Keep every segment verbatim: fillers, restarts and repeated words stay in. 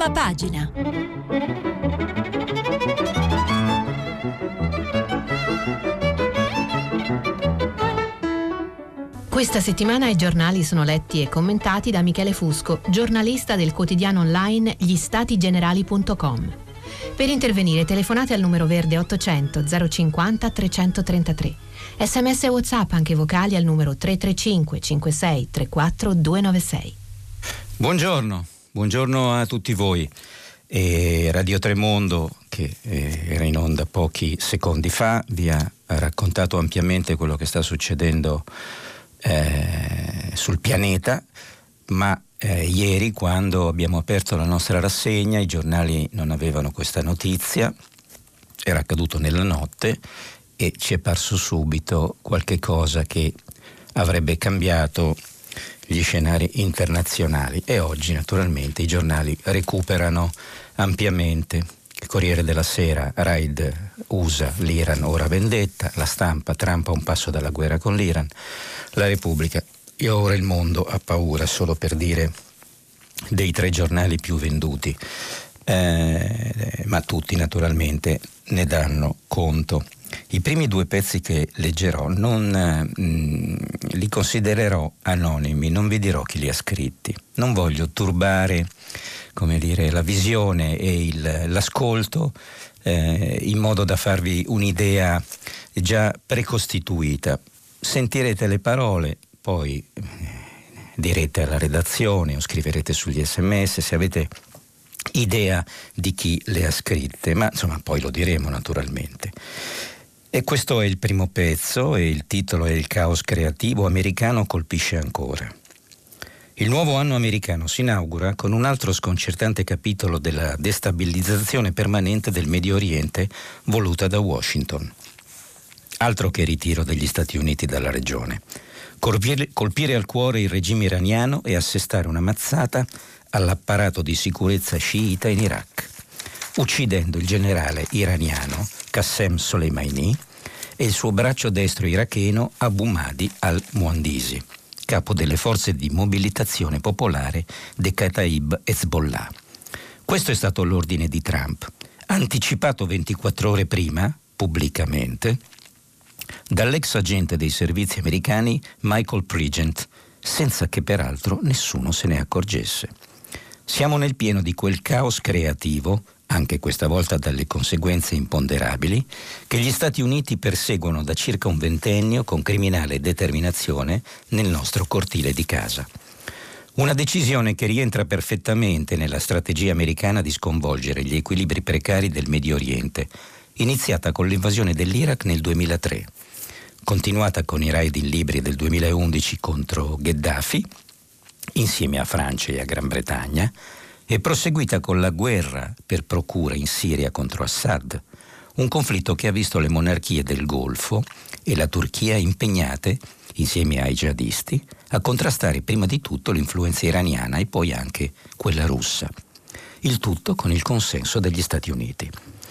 Prima pagina. Questa settimana i giornali sono letti e commentati da Michele Fusco, giornalista del quotidiano online gli stati generali punto com. Per intervenire telefonate al numero verde ottocento zero cinquanta trecentotrentatré. Sms e WhatsApp anche vocali al numero tre tre cinque cinque sei tre quattro due nove sei. Buongiorno, buongiorno a tutti voi. E Radio Tremondo, che eh, era in onda pochi secondi fa, vi ha raccontato ampiamente quello che sta succedendo eh, sul pianeta, ma eh, ieri, quando abbiamo aperto la nostra rassegna, i giornali non avevano questa notizia, era accaduto nella notte e ci è parso subito qualche cosa che avrebbe cambiato gli scenari internazionali, e oggi naturalmente i giornali recuperano ampiamente. Il Corriere della Sera: raid U S A, l'Iran ora vendetta. La Stampa: Trump a un passo dalla guerra con l'Iran. La Repubblica: io ora il mondo ha paura, solo per dire dei tre giornali più venduti, eh, ma tutti naturalmente ne danno conto. I primi due pezzi che leggerò non mh, li considererò anonimi, non vi dirò chi li ha scritti. Non voglio turbare, come dire, la visione e il, l'ascolto eh, in modo da farvi un'idea già precostituita. Sentirete le parole, poi eh, direte alla redazione o scriverete sugli sms se avete idea di chi le ha scritte, ma insomma poi lo diremo naturalmente. E questo è il primo pezzo, e il titolo è Il caos creativo americano colpisce ancora. Il nuovo anno americano si inaugura con un altro sconcertante capitolo della destabilizzazione permanente del Medio Oriente voluta da Washington. Altro che ritiro degli Stati Uniti dalla regione. Colpire, colpire al cuore il regime iraniano e assestare una mazzata all'apparato di sicurezza sciita in Iraq, uccidendo il generale iraniano Qassem Soleimani e il suo braccio destro iracheno Abu Mahdi al-Muhandisi, capo delle forze di mobilitazione popolare de Kataib Hezbollah. Questo è stato l'ordine di Trump, anticipato ventiquattro ore prima, pubblicamente, dall'ex agente dei servizi americani Michael Pregent, senza che peraltro nessuno se ne accorgesse. Siamo nel pieno di quel caos creativo, anche questa volta dalle conseguenze imponderabili, che gli Stati Uniti perseguono da circa un ventennio con criminale determinazione nel nostro cortile di casa. Una decisione che rientra perfettamente nella strategia americana di sconvolgere gli equilibri precari del Medio Oriente, iniziata con l'invasione dell'Iraq nel duemilatré, continuata con i raid in Libia del duemilaundici contro Gheddafi, insieme a Francia e a Gran Bretagna, e proseguita con la guerra per procura in Siria contro Assad, un conflitto che ha visto le monarchie del Golfo e la Turchia impegnate, insieme ai jihadisti, a contrastare prima di tutto l'influenza iraniana e poi anche quella russa. Il tutto con il consenso degli Stati Uniti.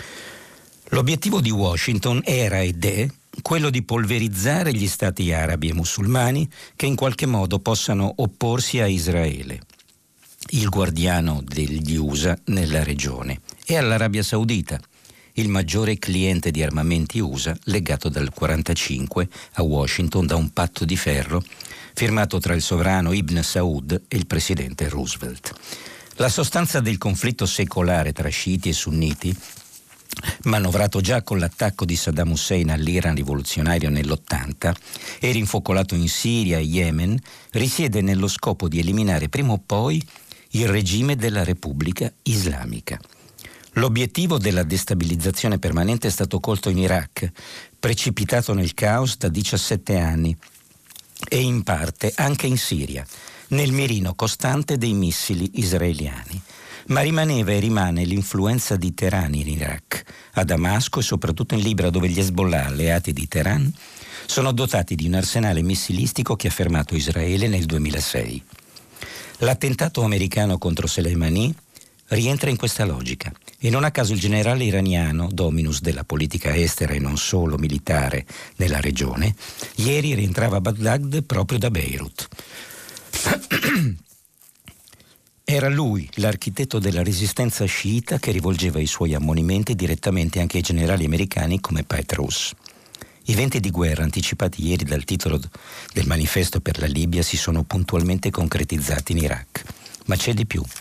L'obiettivo di Washington era ed è quello di polverizzare gli stati arabi e musulmani che in qualche modo possano opporsi a Israele, il guardiano degli U S A nella regione, e all'Arabia Saudita, il maggiore cliente di armamenti U S A, legato dal quarantacinque a Washington da un patto di ferro firmato tra il sovrano Ibn Saud e il presidente Roosevelt. La sostanza del conflitto secolare tra sciiti e sunniti, manovrato già con l'attacco di Saddam Hussein all'Iran rivoluzionario nell'ottanta e rinfocolato in Siria e Yemen, risiede nello scopo di eliminare prima o poi il regime della Repubblica Islamica. L'obiettivo della destabilizzazione permanente è stato colto in Iraq, precipitato nel caos da diciassette anni, e in parte anche in Siria, nel mirino costante dei missili israeliani. Ma rimaneva e rimane l'influenza di Teheran in Iraq, a Damasco e soprattutto in Libia, dove gli Hezbollah, alleati di Teheran, sono dotati di un arsenale missilistico che ha fermato Israele nel duemilasei. L'attentato americano contro Soleimani rientra in questa logica, e non a caso il generale iraniano, dominus della politica estera e non solo militare nella regione, ieri rientrava a Baghdad proprio da Beirut. Era lui, l'architetto della resistenza sciita, che rivolgeva i suoi ammonimenti direttamente anche ai generali americani come Petraeus. I venti di guerra anticipati ieri dal titolo del manifesto per la Libia si sono puntualmente concretizzati in Iraq. Ma c'è di più.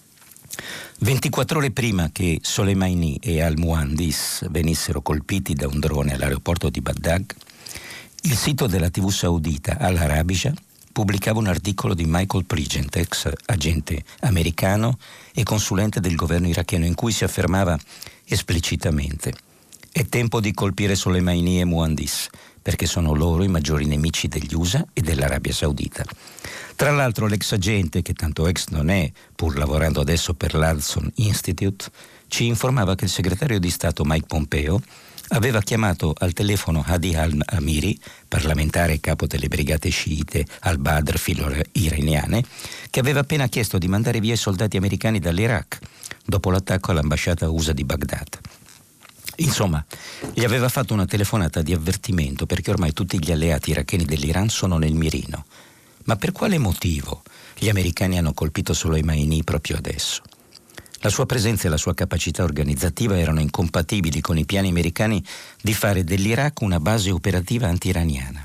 ventiquattro ore prima che Soleimani e al-Muhandis venissero colpiti da un drone all'aeroporto di Baghdad, il sito della tivù saudita Al-Arabiya pubblicava un articolo di Michael Pregent, ex agente americano e consulente del governo iracheno, in cui si affermava esplicitamente: è tempo di colpire Soleimani e Muhandis, perché sono loro i maggiori nemici degli U S A e dell'Arabia Saudita. Tra l'altro l'ex agente, che tanto ex non è, pur lavorando adesso per l'Hudson Institute, ci informava che il segretario di Stato Mike Pompeo aveva chiamato al telefono Hadi al-Amiri, parlamentare e capo delle brigate sciite al-Badr filo-iraniane, che aveva appena chiesto di mandare via i soldati americani dall'Iraq dopo l'attacco all'ambasciata U S A di Baghdad. Insomma, gli aveva fatto una telefonata di avvertimento perché ormai tutti gli alleati iracheni dell'Iran sono nel mirino. Ma per quale motivo gli americani hanno colpito Soleimani proprio adesso? La sua presenza e la sua capacità organizzativa erano incompatibili con i piani americani di fare dell'Iraq una base operativa anti-iraniana.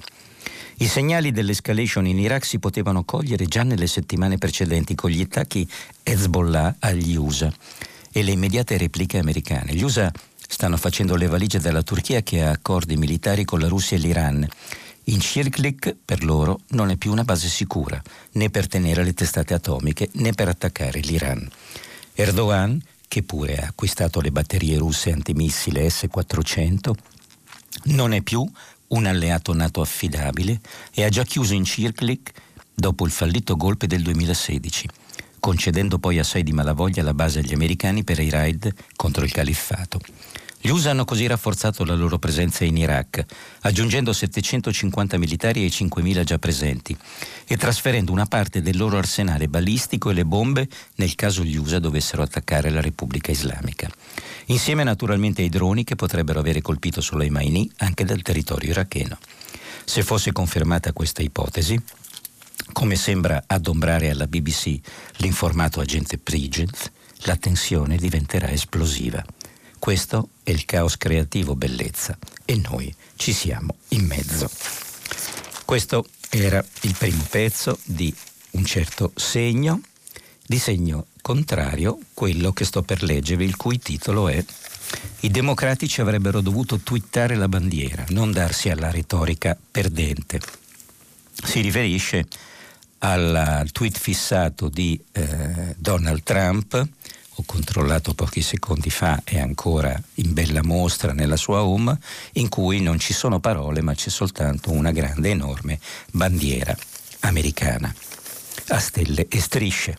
I segnali dell'escalation in Iraq si potevano cogliere già nelle settimane precedenti con gli attacchi Hezbollah agli U S A e le immediate repliche americane. Gli U S A stanno facendo le valigie dalla Turchia, che ha accordi militari con la Russia e l'Iran. Incirclik per loro non è più una base sicura, né per tenere le testate atomiche né per attaccare l'Iran. Erdogan, che pure ha acquistato le batterie russe antimissile S quattrocento, non è più un alleato NATO affidabile e ha già chiuso Incirclik dopo il fallito golpe del duemilasedici, concedendo poi assai di malavoglia la base agli americani per i raid contro il califfato. Gli U S A hanno così rafforzato la loro presenza in Iraq, aggiungendo settecentocinquanta militari ai cinquemila già presenti e trasferendo una parte del loro arsenale balistico e le bombe nel caso gli U S A dovessero attaccare la Repubblica Islamica. Insieme naturalmente ai droni che potrebbero avere colpito Soleimani anche dal territorio iracheno. Se fosse confermata questa ipotesi, come sembra adombrare alla B B C l'informato agente Pregent, la tensione diventerà esplosiva. Questo è il caos creativo bellezza e noi ci siamo in mezzo. Questo era il primo pezzo di un certo segno, di segno contrario, quello che sto per leggervi, il cui titolo è: i democratici avrebbero dovuto twittare la bandiera, non darsi alla retorica perdente. Si riferisce al tweet fissato di eh, Donald Trump. Ho controllato pochi secondi fa, è ancora in bella mostra nella sua home, in cui non ci sono parole ma c'è soltanto una grande enorme bandiera americana a stelle e strisce.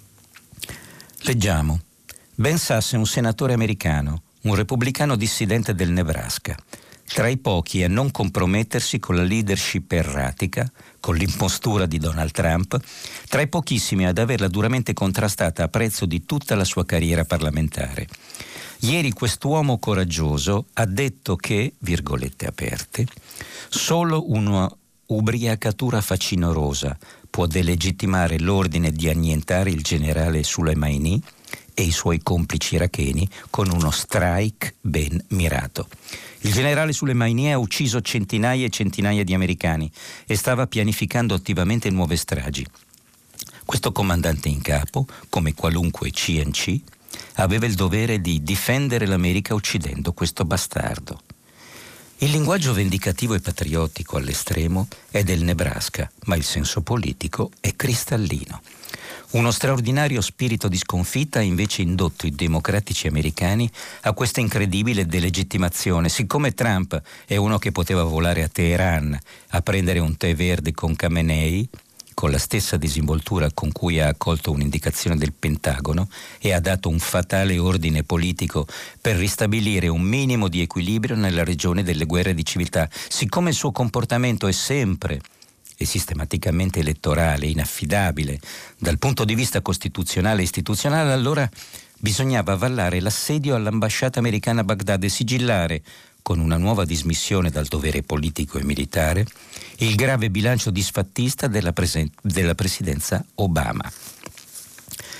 Leggiamo: Ben Sasse è un senatore americano, un repubblicano dissidente del Nebraska, tra i pochi a non compromettersi con la leadership erratica, con l'impostura di Donald Trump, tra i pochissimi ad averla duramente contrastata a prezzo di tutta la sua carriera parlamentare. Ieri quest'uomo coraggioso ha detto che, virgolette aperte, solo una ubriacatura facinorosa può delegittimare l'ordine di annientare il generale Soleimani e i suoi complici iracheni con uno strike ben mirato. Il generale Soleimani ha ucciso centinaia e centinaia di americani e stava pianificando attivamente nuove stragi. Questo comandante in capo, come qualunque C N C, aveva il dovere di difendere l'America uccidendo questo bastardo. Il linguaggio vendicativo e patriottico all'estremo è del Nebraska, ma il senso politico è cristallino. Uno straordinario spirito di sconfitta ha invece indotto i democratici americani a questa incredibile delegittimazione. Siccome Trump è uno che poteva volare a Teheran a prendere un tè verde con Khamenei, con la stessa disinvoltura con cui ha accolto un'indicazione del Pentagono e ha dato un fatale ordine politico per ristabilire un minimo di equilibrio nella regione delle guerre di civiltà, siccome il suo comportamento è sempre e sistematicamente elettorale, inaffidabile dal punto di vista costituzionale e istituzionale, allora bisognava avallare l'assedio all'ambasciata americana a Baghdad e sigillare, con una nuova dismissione dal dovere politico e militare, il grave bilancio disfattista della, presen- della presidenza Obama.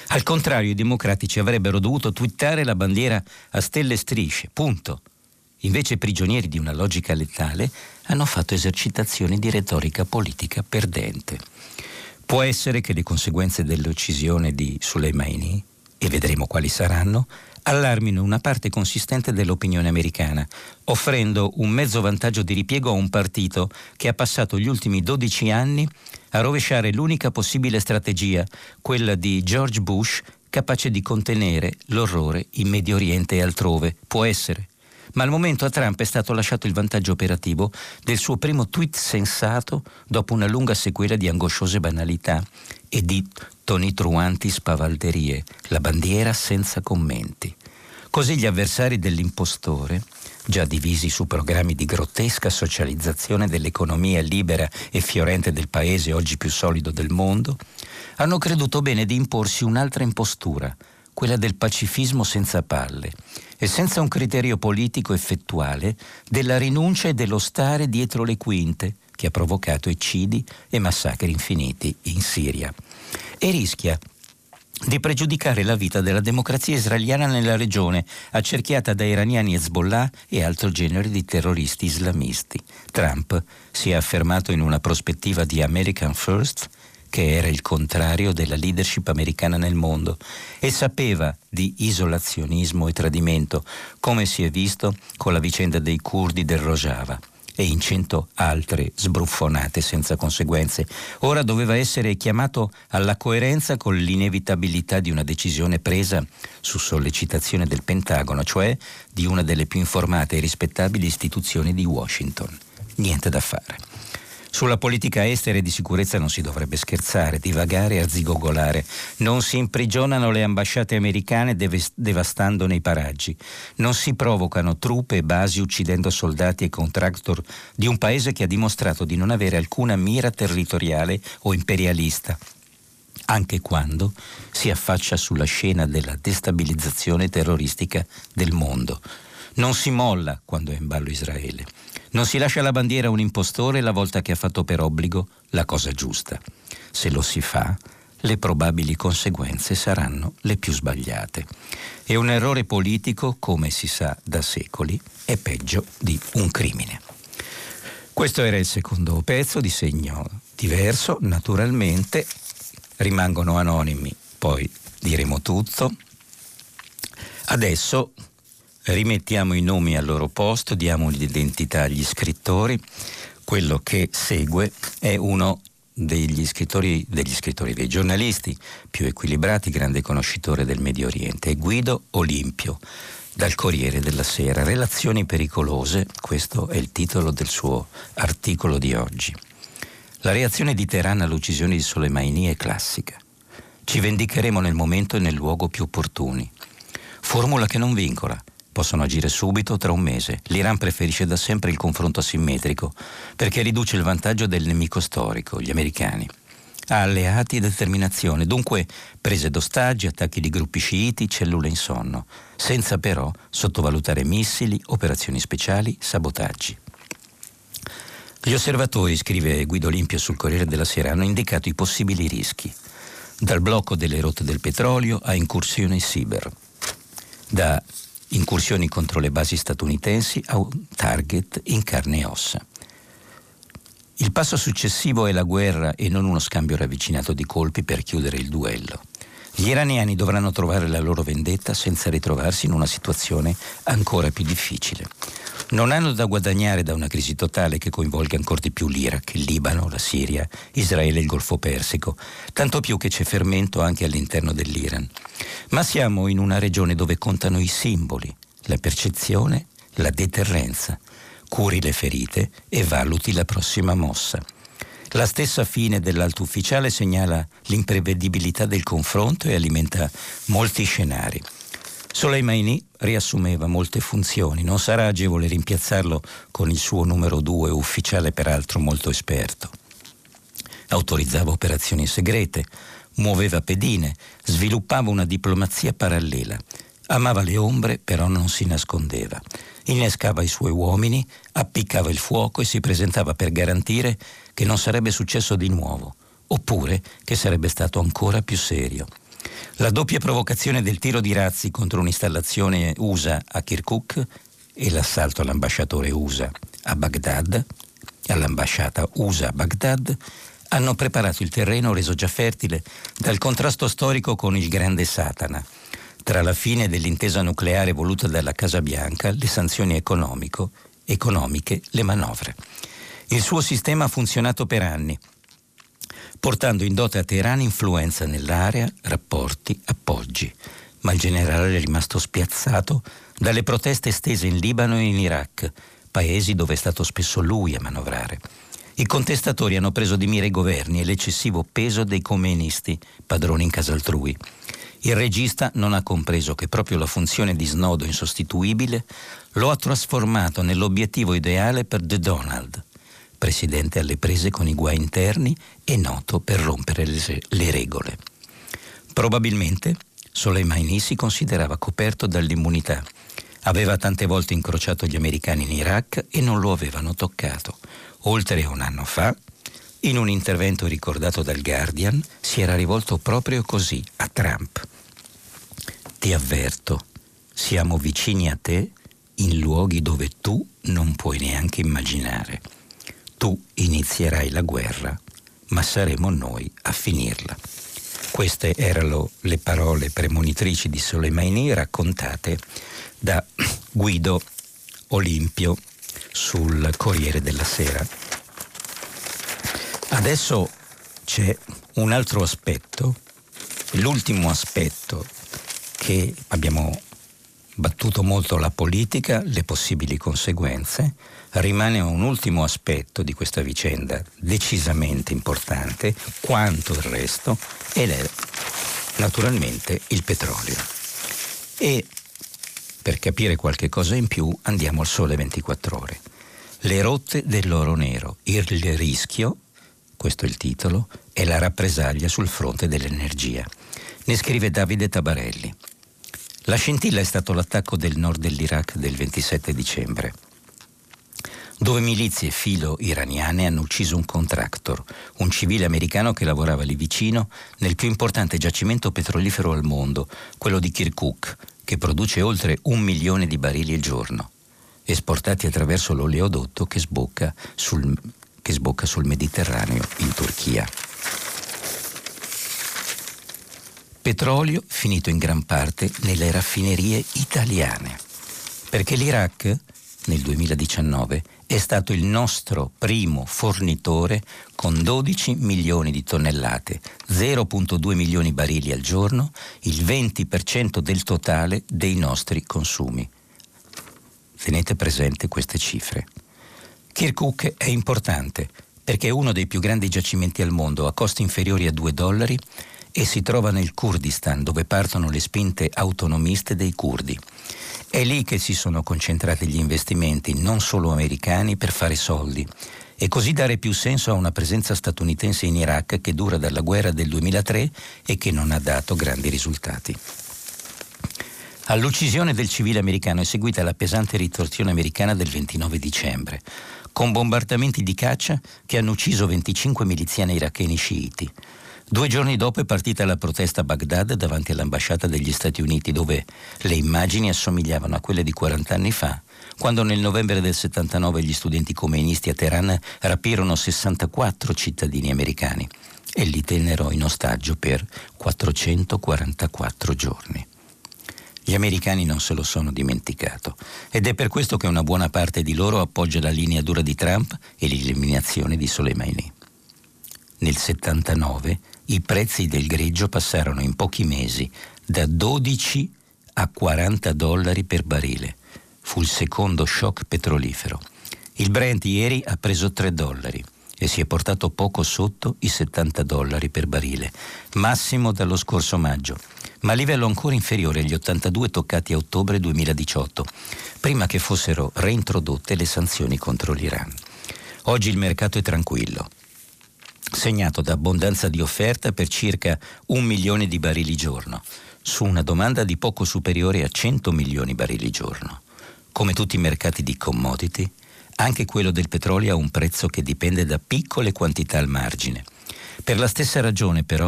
Al contrario, i democratici avrebbero dovuto twittare la bandiera a stelle e strisce, punto. Invece, prigionieri di una logica letale, hanno fatto esercitazioni di retorica politica perdente. Può essere che le conseguenze dell'uccisione di Soleimani, e vedremo quali saranno, allarmino una parte consistente dell'opinione americana, offrendo un mezzo vantaggio di ripiego a un partito che ha passato gli ultimi dodici anni a rovesciare l'unica possibile strategia, quella di George Bush, capace di contenere l'orrore in Medio Oriente e altrove. Può essere. Ma al momento a Trump è stato lasciato il vantaggio operativo del suo primo tweet sensato dopo una lunga sequela di angosciose banalità e di tonitruanti spavalderie, la bandiera senza commenti. Così gli avversari dell'impostore, già divisi su programmi di grottesca socializzazione dell'economia libera e fiorente del paese oggi più solido del mondo, hanno creduto bene di imporsi un'altra impostura, quella del pacifismo senza palle e senza un criterio politico effettuale della rinuncia e dello stare dietro le quinte che ha provocato eccidi e massacri infiniti in Siria e rischia di pregiudicare la vita della democrazia israeliana nella regione, accerchiata da iraniani Hezbollah e altro genere di terroristi islamisti. Trump si è affermato in una prospettiva di American First, che era il contrario della leadership americana nel mondo, e sapeva di isolazionismo e tradimento, come si è visto con la vicenda dei curdi del Rojava e in cento altre sbruffonate senza conseguenze. Ora doveva essere chiamato alla coerenza con l'inevitabilità di una decisione presa su sollecitazione del Pentagono, cioè di una delle più informate e rispettabili istituzioni di Washington. Niente da fare. Sulla politica estera e di sicurezza non si dovrebbe scherzare, divagare e arzigogolare. Non si imprigionano le ambasciate americane dev- devastandone i paraggi. Non si provocano truppe e basi uccidendo soldati e contractor di un paese che ha dimostrato di non avere alcuna mira territoriale o imperialista, anche quando si affaccia sulla scena della destabilizzazione terroristica del mondo. Non si molla quando è in ballo Israele. Non si lascia la bandiera a un impostore la volta che ha fatto per obbligo la cosa giusta. Se lo si fa, le probabili conseguenze saranno le più sbagliate. E un errore politico, come si sa da secoli, è peggio di un crimine. Questo era il secondo pezzo, di segno diverso, naturalmente. Rimangono anonimi, poi diremo tutto. Adesso rimettiamo i nomi al loro posto, diamo l'identità agli scrittori. Quello che segue è uno degli scrittori, degli scrittori, dei giornalisti più equilibrati, grande conoscitore del Medio Oriente, è Guido Olimpio, dal Corriere della Sera. Relazioni pericolose, questo è il titolo del suo articolo di oggi. La reazione di Teheran all'uccisione di Soleimani è classica. Ci vendicheremo nel momento e nel luogo più opportuni. Formula che non vincola. Possono agire subito o tra un mese. L'Iran preferisce da sempre il confronto asimmetrico perché riduce il vantaggio del nemico storico, gli americani. Ha alleati e determinazione, dunque prese d'ostaggi, attacchi di gruppi sciiti, cellule in sonno, senza però sottovalutare missili, operazioni speciali, sabotaggi. Gli osservatori, scrive Guido Olimpio sul Corriere della Sera, hanno indicato i possibili rischi, dal blocco delle rotte del petrolio a incursioni cyber, da incursioni contro le basi statunitensi a un target in carne e ossa. Il passo successivo è la guerra e non uno scambio ravvicinato di colpi per chiudere il duello. Gli iraniani dovranno trovare la loro vendetta senza ritrovarsi in una situazione ancora più difficile. Non hanno da guadagnare da una crisi totale che coinvolga ancora di più l'Iraq, il Libano, la Siria, Israele e il Golfo Persico, tanto più che c'è fermento anche all'interno dell'Iran. Ma siamo in una regione dove contano i simboli, la percezione, la deterrenza. Curi le ferite e valuti la prossima mossa. La stessa fine dell'alto ufficiale segnala l'imprevedibilità del confronto e alimenta molti scenari. Soleimani riassumeva molte funzioni, non sarà agevole rimpiazzarlo con il suo numero due, ufficiale peraltro molto esperto. Autorizzava operazioni segrete, muoveva pedine, sviluppava una diplomazia parallela. Amava le ombre, però non si nascondeva. Innescava i suoi uomini, appiccava il fuoco e si presentava per garantire che non sarebbe successo di nuovo, oppure che sarebbe stato ancora più serio. La doppia provocazione del tiro di razzi contro un'installazione U S A a Kirkuk e l'assalto all'ambasciatore U S A a Baghdad, all'ambasciata U S A a Baghdad, hanno preparato il terreno reso già fertile dal contrasto storico con il grande Satana, tra la fine dell'intesa nucleare voluta dalla Casa Bianca, le sanzioni economico, economiche, le manovre. Il suo sistema ha funzionato per anni, portando in dote a Teheran influenza nell'area, rapporti, appoggi, ma il generale è rimasto spiazzato dalle proteste estese in Libano e in Iraq, paesi dove è stato spesso lui a manovrare. I contestatori hanno preso di mira i governi e l'eccessivo peso dei khomeinisti, padroni in casa altrui. Il regista non ha compreso che proprio la funzione di snodo insostituibile lo ha trasformato nell'obiettivo ideale per The Donald, presidente alle prese con i guai interni e noto per rompere le, le regole. Probabilmente Soleimani si considerava coperto dall'immunità. Aveva tante volte incrociato gli americani in Iraq e non lo avevano toccato. Oltre un anno fa, in un intervento ricordato dal Guardian, si era rivolto proprio così a Trump. Ti avverto, siamo vicini a te in luoghi dove tu non puoi neanche immaginare. Tu inizierai la guerra, ma saremo noi a finirla. Queste erano le parole premonitrici di Soleimani raccontate da Guido Olimpio sul Corriere della Sera. Adesso c'è un altro aspetto, l'ultimo aspetto che abbiamo battuto molto la politica, le possibili conseguenze. Rimane un ultimo aspetto di questa vicenda decisamente importante, quanto il resto, ed è naturalmente il petrolio. E per capire qualche cosa in più andiamo al Sole ventiquattro Ore. Le rotte dell'oro nero, il rischio, questo è il titolo, è la rappresaglia sul fronte dell'energia. Ne scrive Davide Tabarelli. La scintilla è stato l'attacco del nord dell'Iraq del ventisette dicembre, dove milizie filo-iraniane hanno ucciso un contractor, un civile americano che lavorava lì vicino nel più importante giacimento petrolifero al mondo, quello di Kirkuk, che produce oltre un milione di barili al giorno, esportati attraverso l'oleodotto che sbocca sul, che sbocca sul Mediterraneo in Turchia. Petrolio finito in gran parte nelle raffinerie italiane, perché l'Iraq nel duemiladiciannove è stato il nostro primo fornitore con dodici milioni di tonnellate, zero virgola due milioni barili al giorno, il venti per cento del totale dei nostri consumi. Tenete presente queste cifre. Kirkuk è importante perché è uno dei più grandi giacimenti al mondo a costi inferiori a due dollari e si trova nel Kurdistan, dove partono le spinte autonomiste dei curdi. È lì che si sono concentrati gli investimenti, non solo americani, per fare soldi e così dare più senso a una presenza statunitense in Iraq che dura dalla guerra del duemilatré e che non ha dato grandi risultati. All'uccisione del civile americano è seguita la pesante ritorsione americana del ventinove dicembre, con bombardamenti di caccia che hanno ucciso venticinque miliziani iracheni sciiti. Due giorni dopo è partita la protesta a Baghdad davanti all'ambasciata degli Stati Uniti, dove le immagini assomigliavano a quelle di quaranta anni fa, quando nel novembre del settantanove gli studenti khomeinisti a Teheran rapirono sessantaquattro cittadini americani e li tennero in ostaggio per quattrocentoquarantaquattro giorni. Gli americani non se lo sono dimenticato ed è per questo che una buona parte di loro appoggia la linea dura di Trump e l'eliminazione di Soleimani. Nel settantanove i prezzi del greggio passarono in pochi mesi da dodici a quaranta dollari per barile. Fu il secondo shock petrolifero. Il Brent ieri ha preso tre dollari e si è portato poco sotto i settanta dollari per barile, massimo dallo scorso maggio, ma a livello ancora inferiore agli ottantadue toccati a ottobre duemiladiciotto, prima che fossero reintrodotte le sanzioni contro l'Iran. Oggi il mercato è tranquillo, segnato da abbondanza di offerta per circa un milione di barili giorno, su una domanda di poco superiore a cento milioni barili giorno. Come tutti i mercati di commodity, anche quello del petrolio ha un prezzo che dipende da piccole quantità al margine. Per la stessa ragione, però,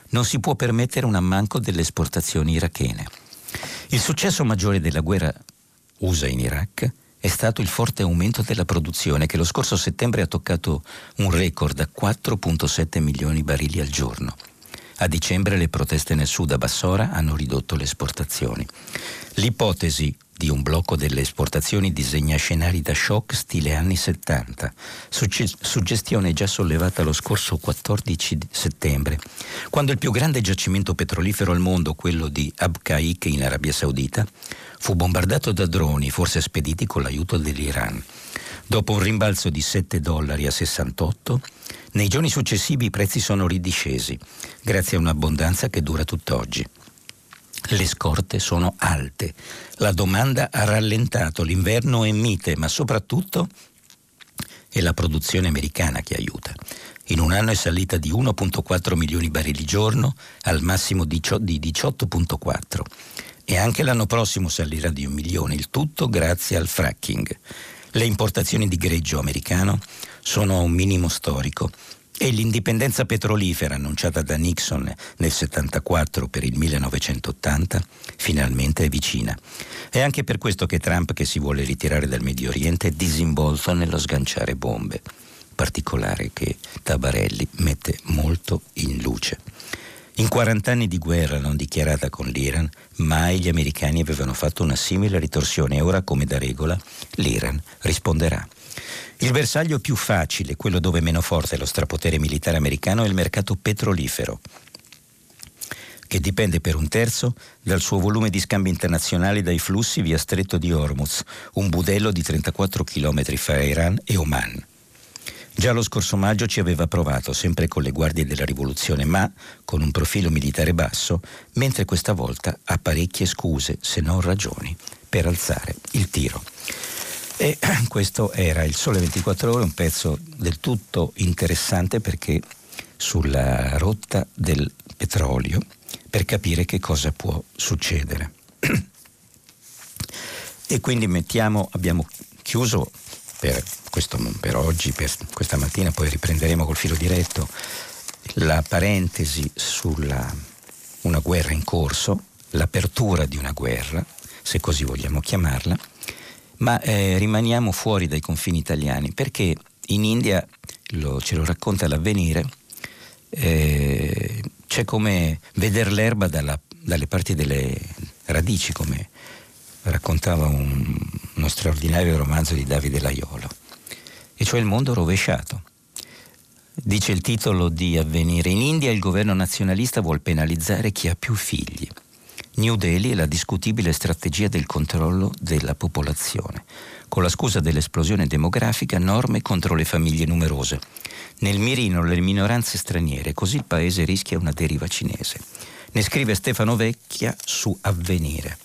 non si può permettere un ammanco delle esportazioni irachene. Il successo maggiore della guerra U S A in Iraq è stato il forte aumento della produzione, che lo scorso settembre ha toccato un record a quattro virgola sette milioni di barili al giorno. A dicembre le proteste nel sud a Bassora hanno ridotto le esportazioni. L'ipotesi di un blocco delle esportazioni disegna scenari da shock stile anni settanta, suggestione già sollevata lo scorso quattordici settembre, quando il più grande giacimento petrolifero al mondo, quello di Abqaiq in Arabia Saudita, fu bombardato da droni, forse spediti con l'aiuto dell'Iran. Dopo un rimbalzo di sette dollari a sessantotto, nei giorni successivi i prezzi sono ridiscesi, grazie a un'abbondanza che dura tutt'oggi. Le scorte sono alte, la domanda ha rallentato, l'inverno è mite, ma soprattutto è la produzione americana che aiuta. In un anno è salita di uno virgola quattro milioni di barili giorno al massimo di diciotto virgola quattro e anche l'anno prossimo salirà di un milione, il tutto grazie al fracking. Le importazioni di greggio americano sono a un minimo storico e l'indipendenza petrolifera annunciata da Nixon nel settantaquattro per il millenovecentottanta finalmente è vicina. È anche per questo che Trump, che si vuole ritirare dal Medio Oriente, è disinvolto nello sganciare bombe, particolare che Tabarelli mette molto in luce. In quaranta anni di guerra non dichiarata con l'Iran, mai gli americani avevano fatto una simile ritorsione e ora, come da regola, l'Iran risponderà. Il bersaglio più facile, quello dove meno forte è lo strapotere militare americano, è il mercato petrolifero, che dipende per un terzo dal suo volume di scambi internazionali dai flussi via Stretto di Hormuz, un budello di trentaquattro chilometri fra Iran e Oman. Già lo scorso maggio ci aveva provato, sempre con le guardie della rivoluzione, ma con un profilo militare basso, mentre questa volta ha parecchie scuse, se non ragioni, per alzare il tiro. E questo era il Sole ventiquattro Ore, un pezzo del tutto interessante perché sulla rotta del petrolio, per capire che cosa può succedere. E quindi mettiamo, abbiamo chiuso per, questo, per oggi, per questa mattina, poi riprenderemo col filo diretto la parentesi sulla una guerra in corso, l'apertura di una guerra, se così vogliamo chiamarla, ma eh, rimaniamo fuori dai confini italiani, perché in India, lo, ce lo racconta l'Avvenire, eh, c'è come veder l'erba dalla, dalle parti delle radici, come raccontava un, uno straordinario romanzo di Davide Laiolo, e cioè il mondo rovesciato. Dice il titolo di Avvenire: in India il governo nazionalista vuol penalizzare chi ha più figli. New Delhi e la discutibile strategia del controllo della popolazione. Con la scusa dell'esplosione demografica, norme contro le famiglie numerose. Nel mirino le minoranze straniere, così il paese rischia una deriva cinese. Ne scrive Stefano Vecchia su Avvenire.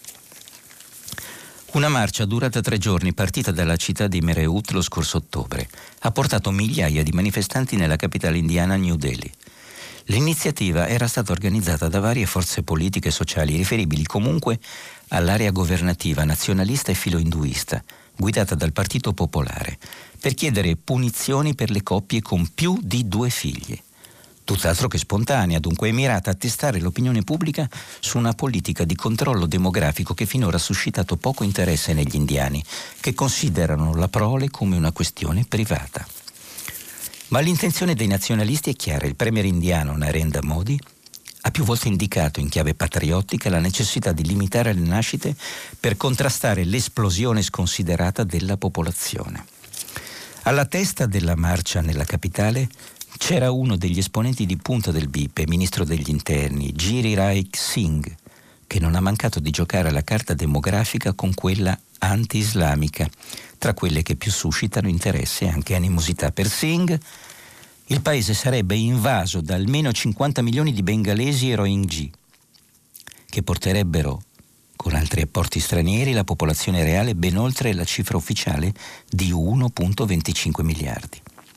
Una marcia durata tre giorni, partita dalla città di Meerut lo scorso ottobre, ha portato migliaia di manifestanti nella capitale indiana New Delhi. L'iniziativa era stata organizzata da varie forze politiche e sociali riferibili comunque all'area governativa nazionalista e filoinduista, guidata dal Partito Popolare, per chiedere punizioni per le coppie con più di due figli. Tutt'altro che spontanea, dunque, mirata a testare l'opinione pubblica su una politica di controllo demografico che finora ha suscitato poco interesse negli indiani, che considerano la prole come una questione privata. Ma l'intenzione dei nazionalisti è chiara. Il premier indiano Narendra Modi ha più volte indicato in chiave patriottica la necessità di limitare le nascite per contrastare l'esplosione sconsiderata della popolazione. Alla testa della marcia nella capitale c'era uno degli esponenti di punta del B I P E, ministro degli interni, Giriraj Singh, che non ha mancato di giocare alla carta demografica con quella anti-islamica, tra quelle che più suscitano interesse e anche animosità. Per Singh il paese sarebbe invaso da almeno cinquanta milioni di bengalesi e rohingyi, che porterebbero, con altri apporti stranieri, la popolazione reale ben oltre la cifra ufficiale di uno virgola venticinque miliardi.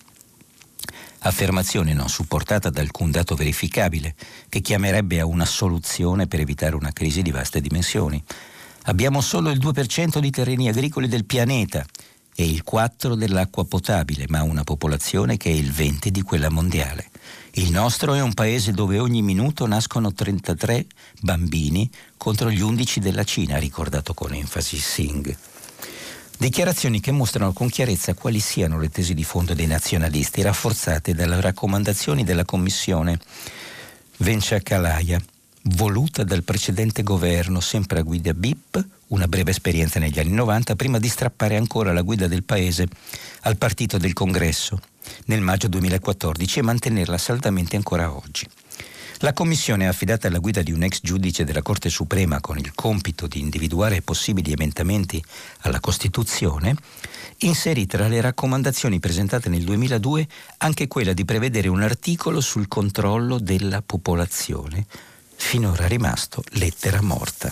Affermazione non supportata da alcun dato verificabile, che chiamerebbe a una soluzione per evitare una crisi di vaste dimensioni. Abbiamo solo il due per cento di terreni agricoli del pianeta e il quattro per cento dell'acqua potabile, ma una popolazione che è il venti per cento di quella mondiale. Il nostro è un paese dove ogni minuto nascono trentatré bambini contro gli undici della Cina, ha ricordato con enfasi Singh. Dichiarazioni che mostrano con chiarezza quali siano le tesi di fondo dei nazionalisti, rafforzate dalle raccomandazioni della commissione Venchakalaya, voluta dal precedente governo, sempre a guida B I P, una breve esperienza negli anni novanta, prima di strappare ancora la guida del paese al partito del Congresso nel maggio duemilaquattordici e mantenerla saldamente ancora oggi. La commissione, affidata alla guida di un ex giudice della Corte Suprema con il compito di individuare possibili emendamenti alla Costituzione, inserì tra le raccomandazioni presentate nel duemiladue anche quella di prevedere un articolo sul controllo della popolazione, finora rimasto lettera morta.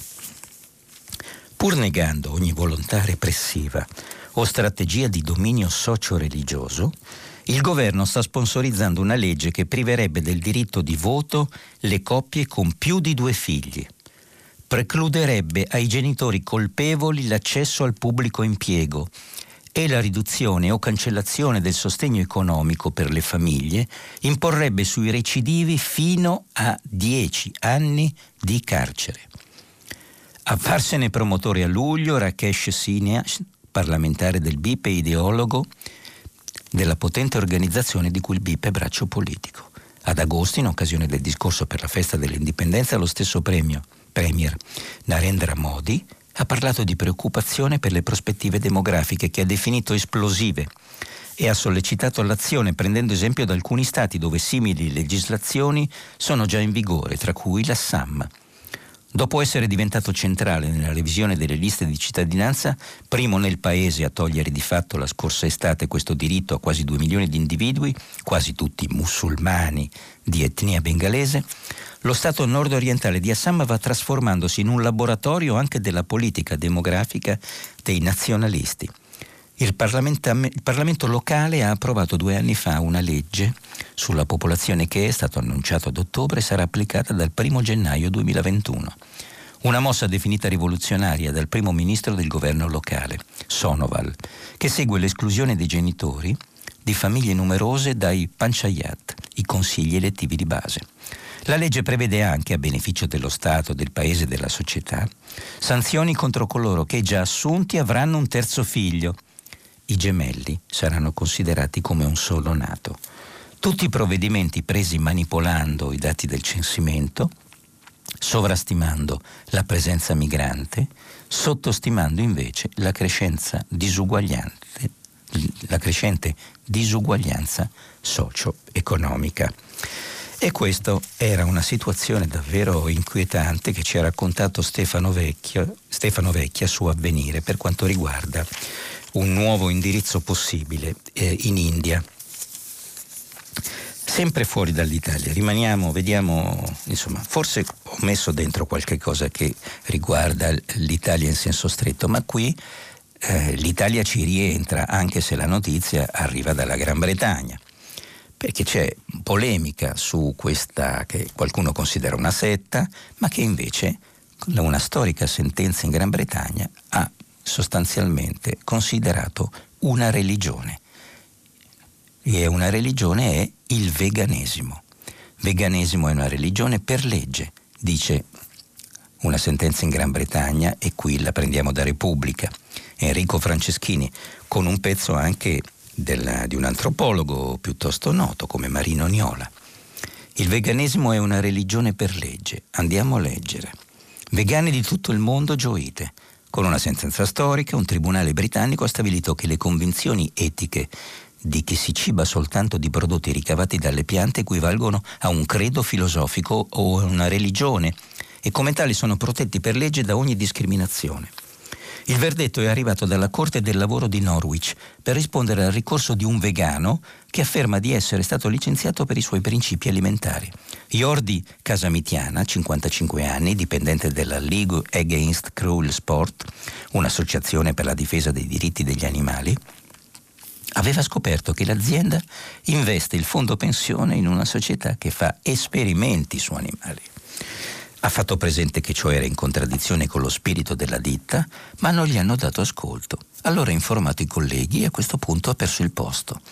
Pur negando ogni volontà repressiva o strategia di dominio socio-religioso, il governo sta sponsorizzando una legge che priverebbe del diritto di voto le coppie con più di due figli, precluderebbe ai genitori colpevoli l'accesso al pubblico impiego e la riduzione o cancellazione del sostegno economico per le famiglie imporrebbe sui recidivi fino a dieci anni di carcere. A farsene promotore a luglio Rakesh Sinha, parlamentare del B I P e ideologo della potente organizzazione di cui il B I P è braccio politico. Ad agosto, in occasione del discorso per la festa dell'indipendenza, lo stesso premio, premier Narendra Modi ha parlato di preoccupazione per le prospettive demografiche che ha definito esplosive e ha sollecitato l'azione prendendo esempio da alcuni stati dove simili legislazioni sono già in vigore, tra cui l'Assam. Dopo essere diventato centrale nella revisione delle liste di cittadinanza, primo nel paese a togliere di fatto la scorsa estate questo diritto a quasi due milioni di individui, quasi tutti musulmani di etnia bengalese, lo stato nord-orientale di Assam va trasformandosi in un laboratorio anche della politica demografica dei nazionalisti. Il Parlamento, il Parlamento locale ha approvato due anni fa una legge sulla popolazione che è stato annunciato ad ottobre e sarà applicata dal primo gennaio duemilaventuno. Una mossa definita rivoluzionaria dal primo ministro del governo locale, Sonoval, che segue l'esclusione dei genitori di famiglie numerose dai panchayat, i consigli elettivi di base. La legge prevede anche, a beneficio dello Stato, del paese e della società, sanzioni contro coloro che già assunti avranno un terzo figlio. I gemelli saranno considerati come un solo nato. Tutti i provvedimenti presi manipolando i dati del censimento, sovrastimando la presenza migrante, sottostimando invece la crescenza disuguagliante, la crescente disuguaglianza socio-economica. E questa era una situazione davvero inquietante che ci ha raccontato Stefano Vecchia, Stefano Vecchia su Avvenire per quanto riguarda un nuovo indirizzo possibile eh, in India. Sempre fuori dall'Italia, rimaniamo, vediamo, insomma, forse ho messo dentro qualche cosa che riguarda l'Italia in senso stretto, ma qui eh, l'Italia ci rientra anche se la notizia arriva dalla Gran Bretagna, perché c'è polemica su questa che qualcuno considera una setta, ma che invece una storica sentenza in Gran Bretagna ha sostanzialmente considerato una religione. E una religione è il veganesimo. Veganesimo è una religione per legge, dice una sentenza in Gran Bretagna, e qui la prendiamo da Repubblica. Enrico Franceschini, con un pezzo anche del, di un antropologo piuttosto noto come Marino Niola. Il veganesimo è una religione per legge. Andiamo a leggere. Vegani di tutto il mondo gioite. Con una sentenza storica, un tribunale britannico ha stabilito che le convinzioni etiche di chi si ciba soltanto di prodotti ricavati dalle piante equivalgono a un credo filosofico o a una religione e come tali sono protetti per legge da ogni discriminazione. Il verdetto è arrivato dalla Corte del Lavoro di Norwich per rispondere al ricorso di un vegano che afferma di essere stato licenziato per i suoi principi alimentari. Jordi Casamitiana, cinquantacinque anni, dipendente della League Against Cruel Sport, un'associazione per la difesa dei diritti degli animali, aveva scoperto che l'azienda investe il fondo pensione in una società che fa esperimenti su animali. Ha fatto presente che ciò era in contraddizione con lo spirito della ditta, ma non gli hanno dato ascolto. Allora ha informato i colleghi e a questo punto ha perso il posto.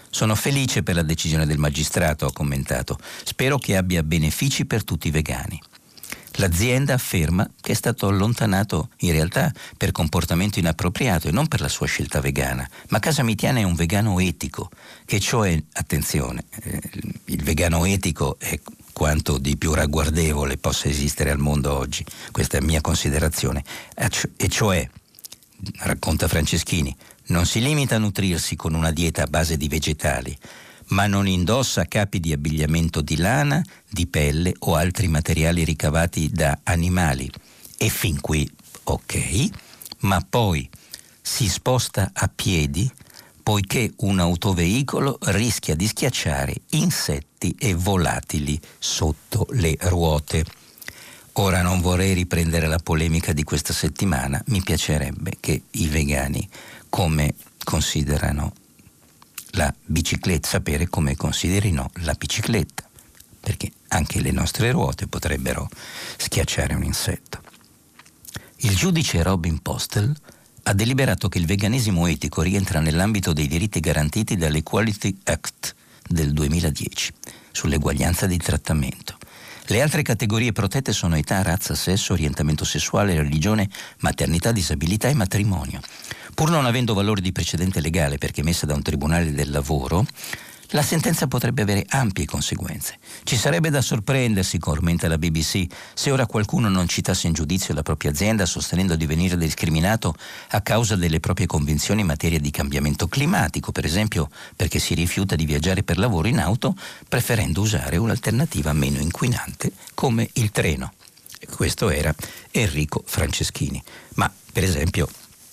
Sono felice per la decisione del magistrato, ha commentato. Spero che abbia benefici per tutti i vegani. L'azienda afferma che è stato allontanato in realtà per comportamento inappropriato e non per la sua scelta vegana, ma Casamitiana è un vegano etico, che cioè, attenzione, eh, il vegano etico è quanto di più ragguardevole possa esistere al mondo oggi, questa è mia considerazione, e cioè, racconta Franceschini, non si limita a nutrirsi con una dieta a base di vegetali, ma non indossa capi di abbigliamento di lana, di pelle o altri materiali ricavati da animali. E fin qui ok, ma poi si sposta a piedi poiché un autoveicolo rischia di schiacciare insetti e volatili sotto le ruote. Ora non vorrei riprendere la polemica di questa settimana, mi piacerebbe che i vegani come considerano la bicicletta, sapere come considerino la bicicletta, perché anche le nostre ruote potrebbero schiacciare un insetto. Il giudice Robin Postel ha deliberato che il veganesimo etico rientra nell'ambito dei diritti garantiti dall'Equality Act del duemiladieci sull'eguaglianza di trattamento. Le altre categorie protette sono età, razza, sesso, orientamento sessuale, religione, maternità, disabilità e matrimonio. Pur non avendo valore di precedente legale perché emessa da un tribunale del lavoro, la sentenza potrebbe avere ampie conseguenze. Ci sarebbe da sorprendersi, commenta la B B C, se ora qualcuno non citasse in giudizio la propria azienda sostenendo di venire discriminato a causa delle proprie convinzioni in materia di cambiamento climatico, per esempio perché si rifiuta di viaggiare per lavoro in auto preferendo usare un'alternativa meno inquinante come il treno. E questo era Enrico Franceschini. Ma, per esempio,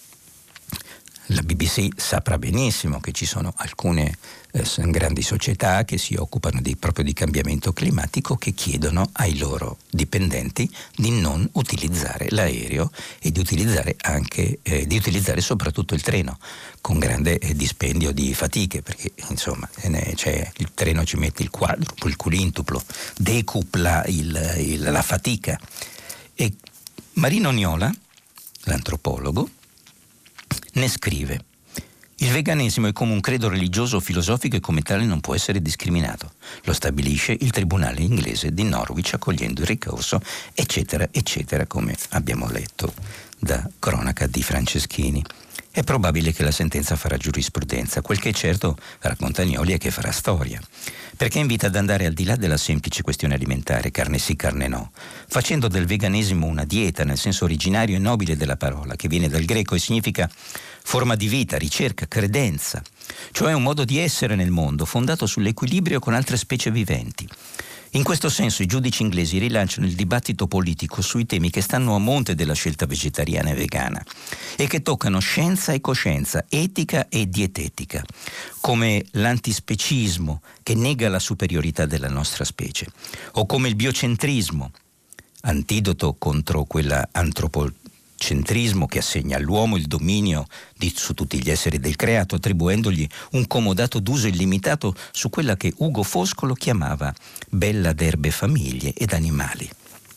la B B C saprà benissimo che ci sono alcune eh, grandi società che si occupano di, proprio di cambiamento climatico, che chiedono ai loro dipendenti di non utilizzare l'aereo e di utilizzare anche eh, di utilizzare soprattutto il treno, con grande eh, dispendio di fatiche, perché insomma ne, cioè, il treno ci mette il quadruplo, il quintuplo, decupla il, il, la fatica. E Marino Niola, l'antropologo, ne scrive: il veganesimo è come un credo religioso o filosofico e come tale non può essere discriminato. Lo stabilisce il tribunale inglese di Norwich accogliendo il ricorso, eccetera, eccetera, come abbiamo letto da cronaca di Franceschini. È probabile che la sentenza farà giurisprudenza, quel che è certo, racconta Agnoli, è che farà storia, perché invita ad andare al di là della semplice questione alimentare, carne sì, carne no, facendo del veganesimo una dieta nel senso originario e nobile della parola, che viene dal greco e significa forma di vita, ricerca, credenza, cioè un modo di essere nel mondo fondato sull'equilibrio con altre specie viventi. In questo senso i giudici inglesi rilanciano il dibattito politico sui temi che stanno a monte della scelta vegetariana e vegana e che toccano scienza e coscienza, etica e dietetica, come l'antispecismo che nega la superiorità della nostra specie, o come il biocentrismo, antidoto contro quella antropocentrismo che assegna all'uomo il dominio di, su tutti gli esseri del creato, attribuendogli un comodato d'uso illimitato su quella che Ugo Foscolo chiamava bella d'erbe, famiglie ed animali.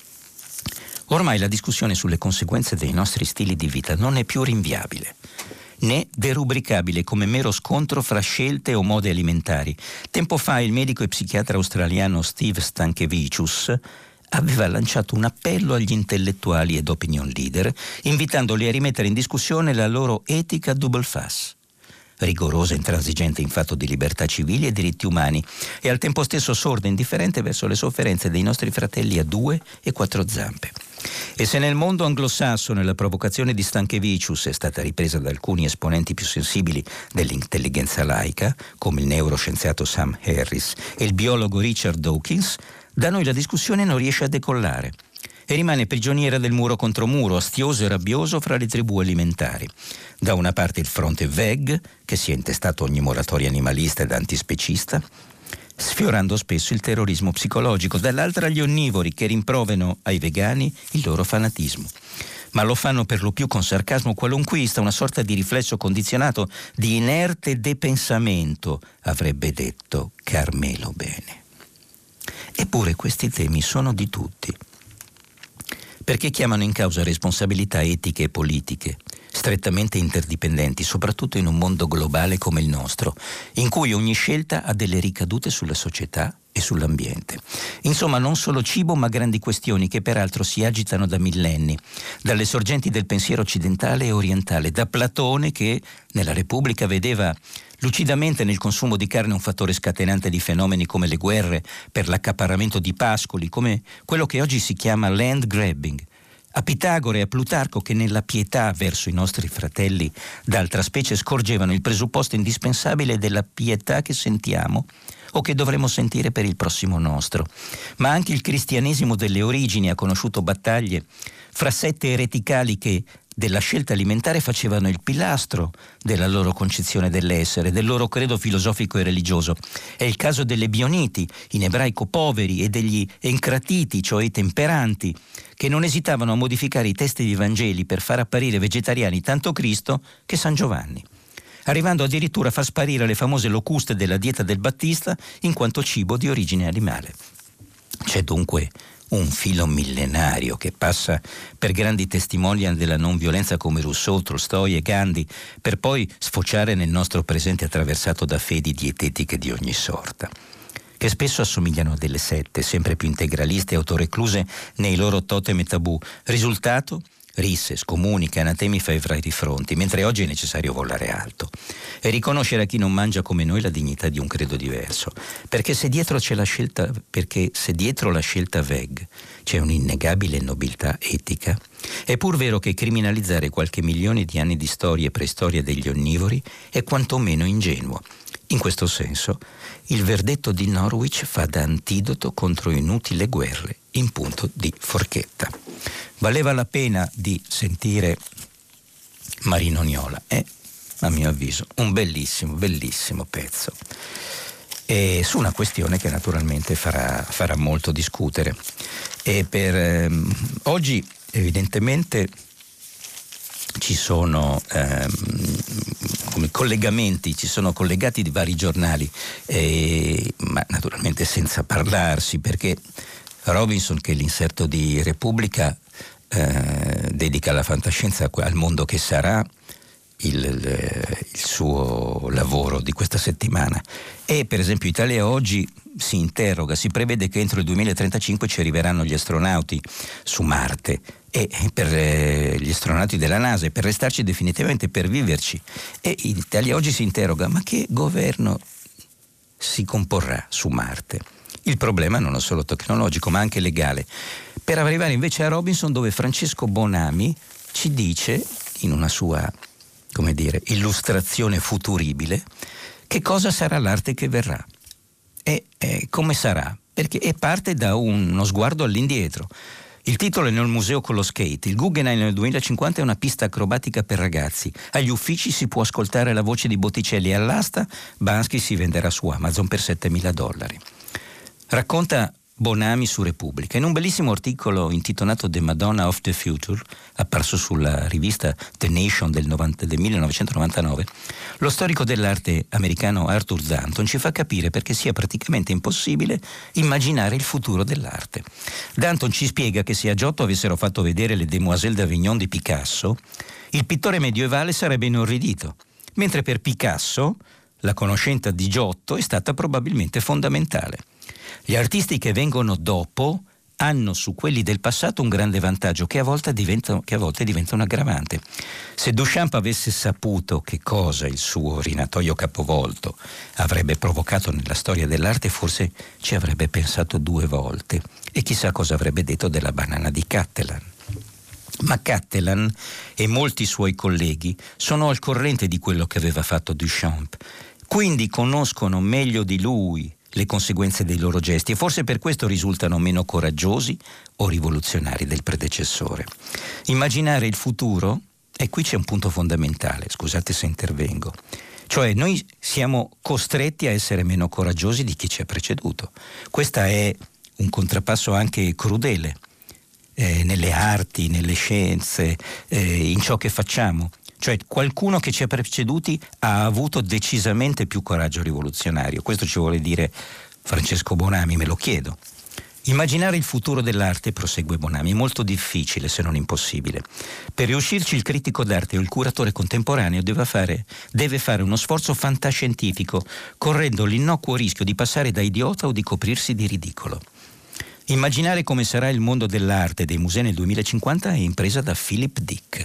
Ormai la discussione sulle conseguenze dei nostri stili di vita non è più rinviabile, né derubricabile come mero scontro fra scelte o mode alimentari. Tempo fa il medico e psichiatra australiano Steve Stankevicius aveva lanciato un appello agli intellettuali ed opinion leader, invitandoli a rimettere in discussione la loro etica double face, rigorosa e intransigente in fatto di libertà civili e diritti umani, e al tempo stesso sorda e indifferente verso le sofferenze dei nostri fratelli a due e quattro zampe. E se nel mondo anglosassone la provocazione di Stankevicius è stata ripresa da alcuni esponenti più sensibili dell'intelligenza laica, come il neuroscienziato Sam Harris e il biologo Richard Dawkins, da noi la discussione non riesce a decollare e rimane prigioniera del muro contro muro, astioso e rabbioso fra le tribù alimentari. Da una parte il fronte veg, che si è intestato ogni moratoria animalista ed antispecista, sfiorando spesso il terrorismo psicologico, dall'altra gli onnivori che rimproverano ai vegani il loro fanatismo. Ma lo fanno per lo più con sarcasmo qualunquista, una sorta di riflesso condizionato, di inerte depensamento, avrebbe detto Carmelo Bene. Eppure questi temi sono di tutti, perché chiamano in causa responsabilità etiche e politiche, strettamente interdipendenti, soprattutto in un mondo globale come il nostro, in cui ogni scelta ha delle ricadute sulla società e sull'ambiente. Insomma, non solo cibo, ma grandi questioni che peraltro si agitano da millenni, dalle sorgenti del pensiero occidentale e orientale, da Platone che nella Repubblica vedeva lucidamente nel consumo di carne un fattore scatenante di fenomeni come le guerre per l'accaparramento di pascoli, come quello che oggi si chiama land grabbing, a Pitagora e a Plutarco che nella pietà verso i nostri fratelli d'altra specie scorgevano il presupposto indispensabile della pietà che sentiamo o che dovremo sentire per il prossimo nostro. Ma anche il cristianesimo delle origini ha conosciuto battaglie fra sette ereticali che della scelta alimentare facevano il pilastro della loro concezione dell'essere, del loro credo filosofico e religioso. È il caso delle Bioniti, in ebraico poveri, e degli Encratiti, cioè i temperanti, che non esitavano a modificare i testi dei Vangeli per far apparire vegetariani tanto Cristo che San Giovanni, arrivando addirittura a far sparire le famose locuste della dieta del Battista in quanto cibo di origine animale. C'è dunque un filo millenario che passa per grandi testimonial della non violenza come Rousseau, Tolstoi e Gandhi, per poi sfociare nel nostro presente attraversato da fedi dietetiche di ogni sorta, che spesso assomigliano a delle sette, sempre più integraliste e autorecluse nei loro totem e tabù. Risultato? Risse, scomuniche, anatemi fra i vari fronti, mentre oggi è necessario volare alto e riconoscere a chi non mangia come noi la dignità di un credo diverso, perché se dietro c'è la scelta, perché se dietro la scelta veg c'è un'innegabile nobiltà etica, è pur vero che criminalizzare qualche milione di anni di storia e preistoria degli onnivori è quantomeno ingenuo. In questo senso, il verdetto di Norwich fa da antidoto contro inutili guerre in punto di forchetta. Valeva la pena di sentire Marino Niola, è, a mio avviso, un bellissimo, bellissimo pezzo, e su una questione che naturalmente farà, farà molto discutere. E per ehm, oggi, evidentemente, ci sono ehm, come collegamenti, ci sono collegati di vari giornali, eh, ma naturalmente senza parlarsi, perché Robinson, che è l'inserto di Repubblica, eh, dedica alla fantascienza, al mondo che sarà, il, il, il suo lavoro di questa settimana. E per esempio Italia Oggi si interroga, si prevede che entro il duemilatrentacinque ci arriveranno gli astronauti su Marte, e per eh, gli astronauti della NASA, e per restarci definitivamente, per viverci. E Italia Oggi si interroga: ma che governo si comporrà su Marte? Il problema non è solo tecnologico, ma anche legale. Per arrivare invece a Robinson, dove Francesco Bonami ci dice, in una sua, come dire, illustrazione futuribile, che cosa sarà l'arte che verrà e, e come sarà, perché è parte da un, uno sguardo all'indietro. Il titolo è Nel museo con lo skate. Il Guggenheim nel duemilacinquanta è una pista acrobatica per ragazzi. Agli uffici si può ascoltare la voce di Botticelli, all'asta Bansky si venderà su Amazon per settemila dollari. Racconta Bonami su Repubblica, in un bellissimo articolo intitolato The Madonna of the Future, apparso sulla rivista The Nation del, novanta, del millenovecentonovantanove, lo storico dell'arte americano Arthur Danton ci fa capire perché sia praticamente impossibile immaginare il futuro dell'arte. Danton ci spiega che se a Giotto avessero fatto vedere le Demoiselles d'Avignon di Picasso, il pittore medievale sarebbe inorridito, mentre per Picasso la conoscenza di Giotto è stata probabilmente fondamentale. Gli artisti che vengono dopo hanno su quelli del passato un grande vantaggio che a volte diventa, che a volte diventa un aggravante. Se Duchamp avesse saputo che cosa il suo rinatoio capovolto avrebbe provocato nella storia dell'arte, forse ci avrebbe pensato due volte e chissà cosa avrebbe detto della banana di Cattelan. Ma Cattelan e molti suoi colleghi sono al corrente di quello che aveva fatto Duchamp, quindi conoscono meglio di lui le conseguenze dei loro gesti e forse per questo risultano meno coraggiosi o rivoluzionari del predecessore. Immaginare il futuro, e qui c'è un punto fondamentale, scusate se intervengo, cioè noi siamo costretti a essere meno coraggiosi di chi ci ha preceduto. Questo è un contrappasso anche crudele eh, nelle arti, nelle scienze, eh, in ciò che facciamo. Cioè qualcuno che ci ha preceduti ha avuto decisamente più coraggio rivoluzionario. Questo ci vuole dire Francesco Bonami, me lo chiedo. Immaginare il futuro dell'arte, prosegue Bonami, è molto difficile se non impossibile. Per riuscirci il critico d'arte o il curatore contemporaneo deve fare, deve fare uno sforzo fantascientifico, correndo l'innocuo rischio di passare da idiota o di coprirsi di ridicolo. Immaginare come sarà il mondo dell'arte e dei musei nel duemilacinquanta è impresa da Philip Dick.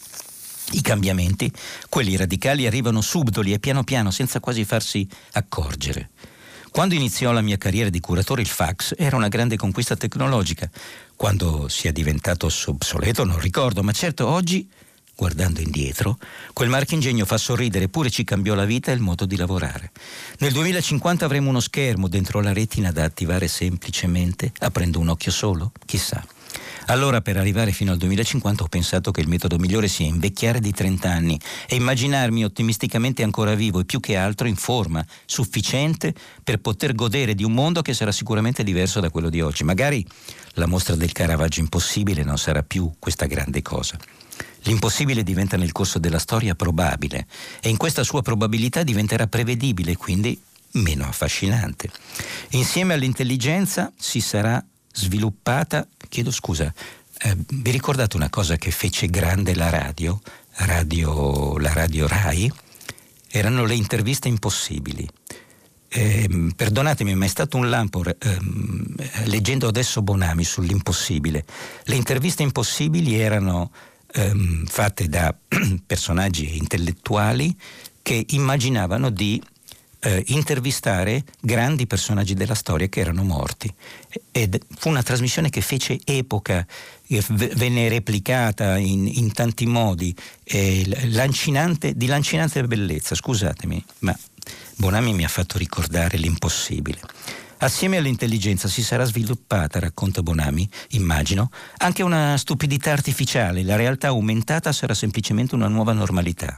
I cambiamenti, quelli radicali, arrivano subdoli e piano piano, senza quasi farsi accorgere. Quando iniziò la mia carriera di curatore il fax era una grande conquista tecnologica. Quando sia diventato obsoleto non ricordo, ma certo oggi, guardando indietro, quel marchingegno fa sorridere, eppure ci cambiò la vita e il modo di lavorare. Nel duemilacinquanta avremo uno schermo dentro la retina da attivare semplicemente aprendo un occhio solo? Chissà. Allora, per arrivare fino al duemilacinquanta ho pensato che il metodo migliore sia invecchiare di trenta anni e immaginarmi ottimisticamente ancora vivo e più che altro in forma sufficiente per poter godere di un mondo che sarà sicuramente diverso da quello di oggi. Magari la mostra del Caravaggio impossibile non sarà più questa grande cosa. L'impossibile diventa nel corso della storia probabile e in questa sua probabilità diventerà prevedibile e quindi meno affascinante. Insieme all'intelligenza si sarà sviluppata, chiedo scusa, eh, vi ricordate una cosa che fece grande la radio, radio la radio Rai? Erano le interviste impossibili. Eh, perdonatemi, ma è stato un lampo eh, leggendo adesso Bonami sull'impossibile. Le interviste impossibili erano eh, fatte da personaggi intellettuali che immaginavano di Eh, intervistare grandi personaggi della storia che erano morti, ed fu una trasmissione che fece epoca, eh, venne replicata in, in tanti modi, eh, lancinante, di lancinante bellezza. Scusatemi, ma Bonami mi ha fatto ricordare l'impossibile. Assieme all'intelligenza si sarà sviluppata, racconta Bonami, immagino, anche una stupidità artificiale. La realtà aumentata sarà semplicemente una nuova normalità,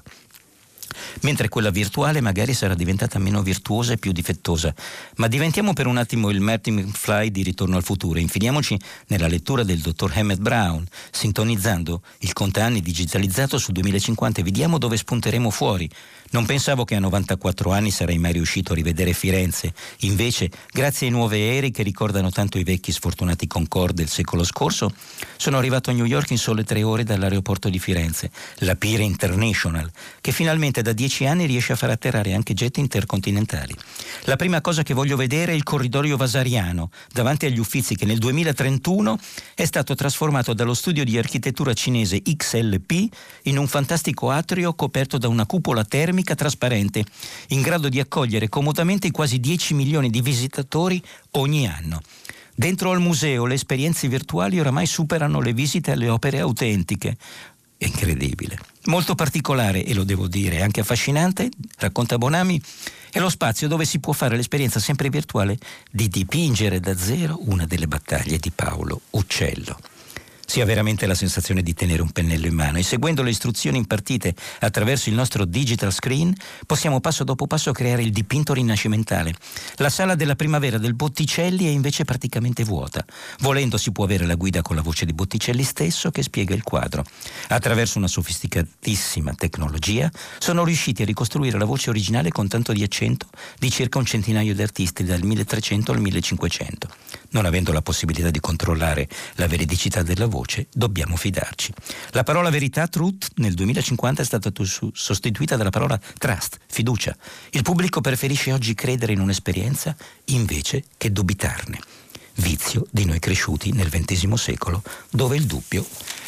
mentre quella virtuale magari sarà diventata meno virtuosa e più difettosa. Ma diventiamo per un attimo il Marty McFly di Ritorno al futuro e infiliamoci nella lettura del dottor Emmett Brown, sintonizzando il contaanni digitalizzato sul duemilacinquanta e vediamo dove spunteremo fuori. Non pensavo che a novantaquattro anni sarei mai riuscito a rivedere Firenze. Invece, grazie ai nuovi aerei che ricordano tanto i vecchi sfortunati Concorde del secolo scorso, sono arrivato a New York in sole tre ore dall'aeroporto di Firenze, la Pier International, che finalmente da dieci anni riesce a far atterrare anche jet intercontinentali. La prima cosa che voglio vedere è il corridoio vasariano, davanti agli Uffizi, che nel duemilatrentuno è stato trasformato dallo studio di architettura cinese X L P in un fantastico atrio coperto da una cupola termica trasparente, in grado di accogliere comodamente i quasi dieci milioni di visitatori ogni anno. Dentro al museo le esperienze virtuali oramai superano le visite alle opere autentiche. È incredibile. Molto particolare, e lo devo dire, anche affascinante, racconta Bonami, è lo spazio dove si può fare l'esperienza sempre virtuale di dipingere da zero una delle battaglie di Paolo Uccello. Si ha veramente la sensazione di tenere un pennello in mano e seguendo le istruzioni impartite attraverso il nostro digital screen possiamo passo dopo passo creare il dipinto rinascimentale. La sala della primavera del Botticelli è invece praticamente vuota. Volendo si può avere la guida con la voce di Botticelli stesso che spiega il quadro. Attraverso una sofisticatissima tecnologia sono riusciti a ricostruire la voce originale con tanto di accento di circa un centinaio di artisti dal milletrecento al millecinquecento. Non avendo la possibilità di controllare la veridicità della voce, dobbiamo fidarci. La parola verità, truth, nel duemilacinquanta è stata sostituita dalla parola trust, fiducia. Il pubblico preferisce oggi credere in un'esperienza invece che dubitarne. Vizio di noi cresciuti nel ventesimo secolo, dove il dubbio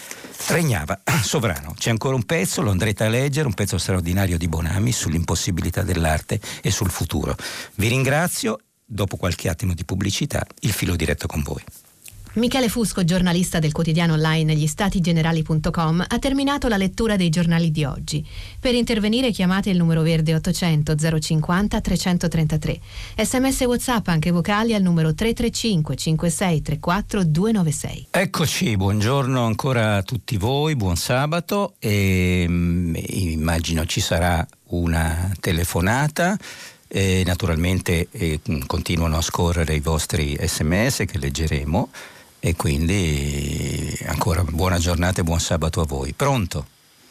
regnava sovrano. C'è ancora un pezzo, lo andrete a leggere, un pezzo straordinario di Bonami sull'impossibilità dell'arte e sul futuro. Vi ringrazio. Dopo qualche attimo di pubblicità, il filo diretto con voi. Michele Fusco, giornalista del quotidiano online gli stati generali punto com, ha terminato la lettura dei giornali di oggi. Per intervenire chiamate il numero verde ottocento zero cinquanta trecentotrentatré. Sms WhatsApp anche vocali al numero tre tre cinque cinque sei tre quattro due nove sei. Eccoci, buongiorno ancora a tutti voi, buon sabato e immagino ci sarà una telefonata. E naturalmente eh, continuano a scorrere i vostri sms che leggeremo e quindi ancora buona giornata e buon sabato a voi. Pronto?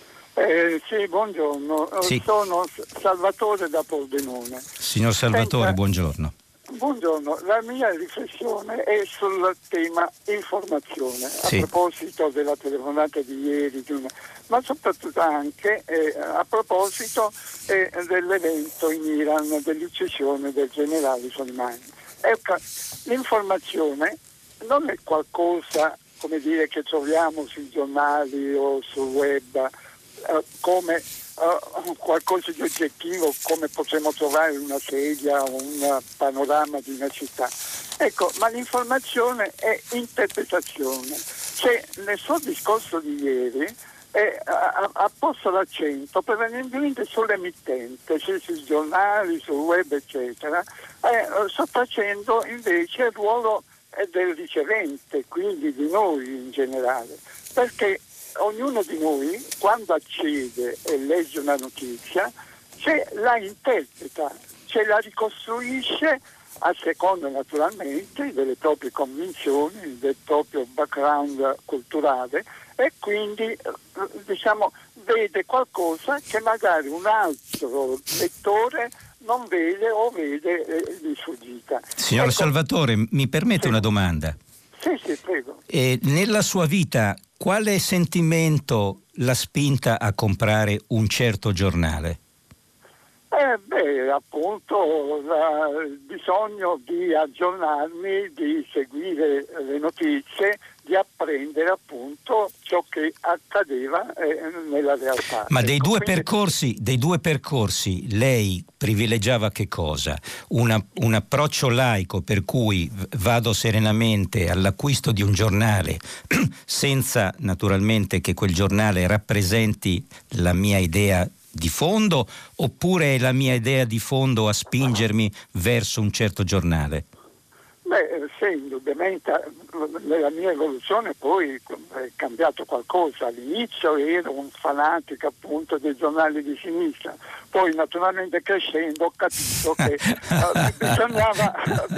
Eh, sì, buongiorno. Sì. Sono Salvatore da Pordenone. Signor Salvatore, Senta, buongiorno. Buongiorno, la mia riflessione è sul tema informazione, sì. A proposito della telefonata di ieri, di una, ma soprattutto anche eh, a proposito eh, dell'evento in Iran dell'uccisione del generale Soleimani. Ecco, l'informazione non è qualcosa, come dire, che troviamo sui giornali o sul web eh, come Uh, qualcosa di oggettivo come potremmo trovare in una sedia o un panorama di una città. Ecco, ma l'informazione è interpretazione. Cioè, nel suo discorso di ieri eh, ha, ha posto l'accento prevalentemente sull'emittente, cioè sui giornali, sul web, eccetera, eh, sottacendo invece il ruolo eh, del ricevente, quindi di noi in generale. Perché ognuno di noi, quando accede e legge una notizia, se la interpreta, se la ricostruisce a seconda naturalmente delle proprie convinzioni, del proprio background culturale, e quindi diciamo vede qualcosa che magari un altro lettore non vede o vede eh, di sfuggita. Signor ecco, Salvatore, mi permette sì. una domanda? Sì, sì, prego. E nella sua vita quale sentimento l'ha spinta a comprare un certo giornale? Eh beh, appunto la, il bisogno di aggiornarmi, di seguire le notizie, di apprendere appunto ciò che accadeva eh, nella realtà. Ma dei, ecco, due quindi... percorsi, dei due percorsi lei privilegiava che cosa? Una, un approccio laico per cui vado serenamente all'acquisto di un giornale senza naturalmente che quel giornale rappresenti la mia idea di fondo, oppure è la mia idea di fondo a spingermi verso un certo giornale? Beh, sì, indubbiamente nella mia evoluzione poi è cambiato qualcosa. All'inizio ero un fanatico appunto dei giornali di sinistra, poi naturalmente crescendo ho capito che uh, bisognava,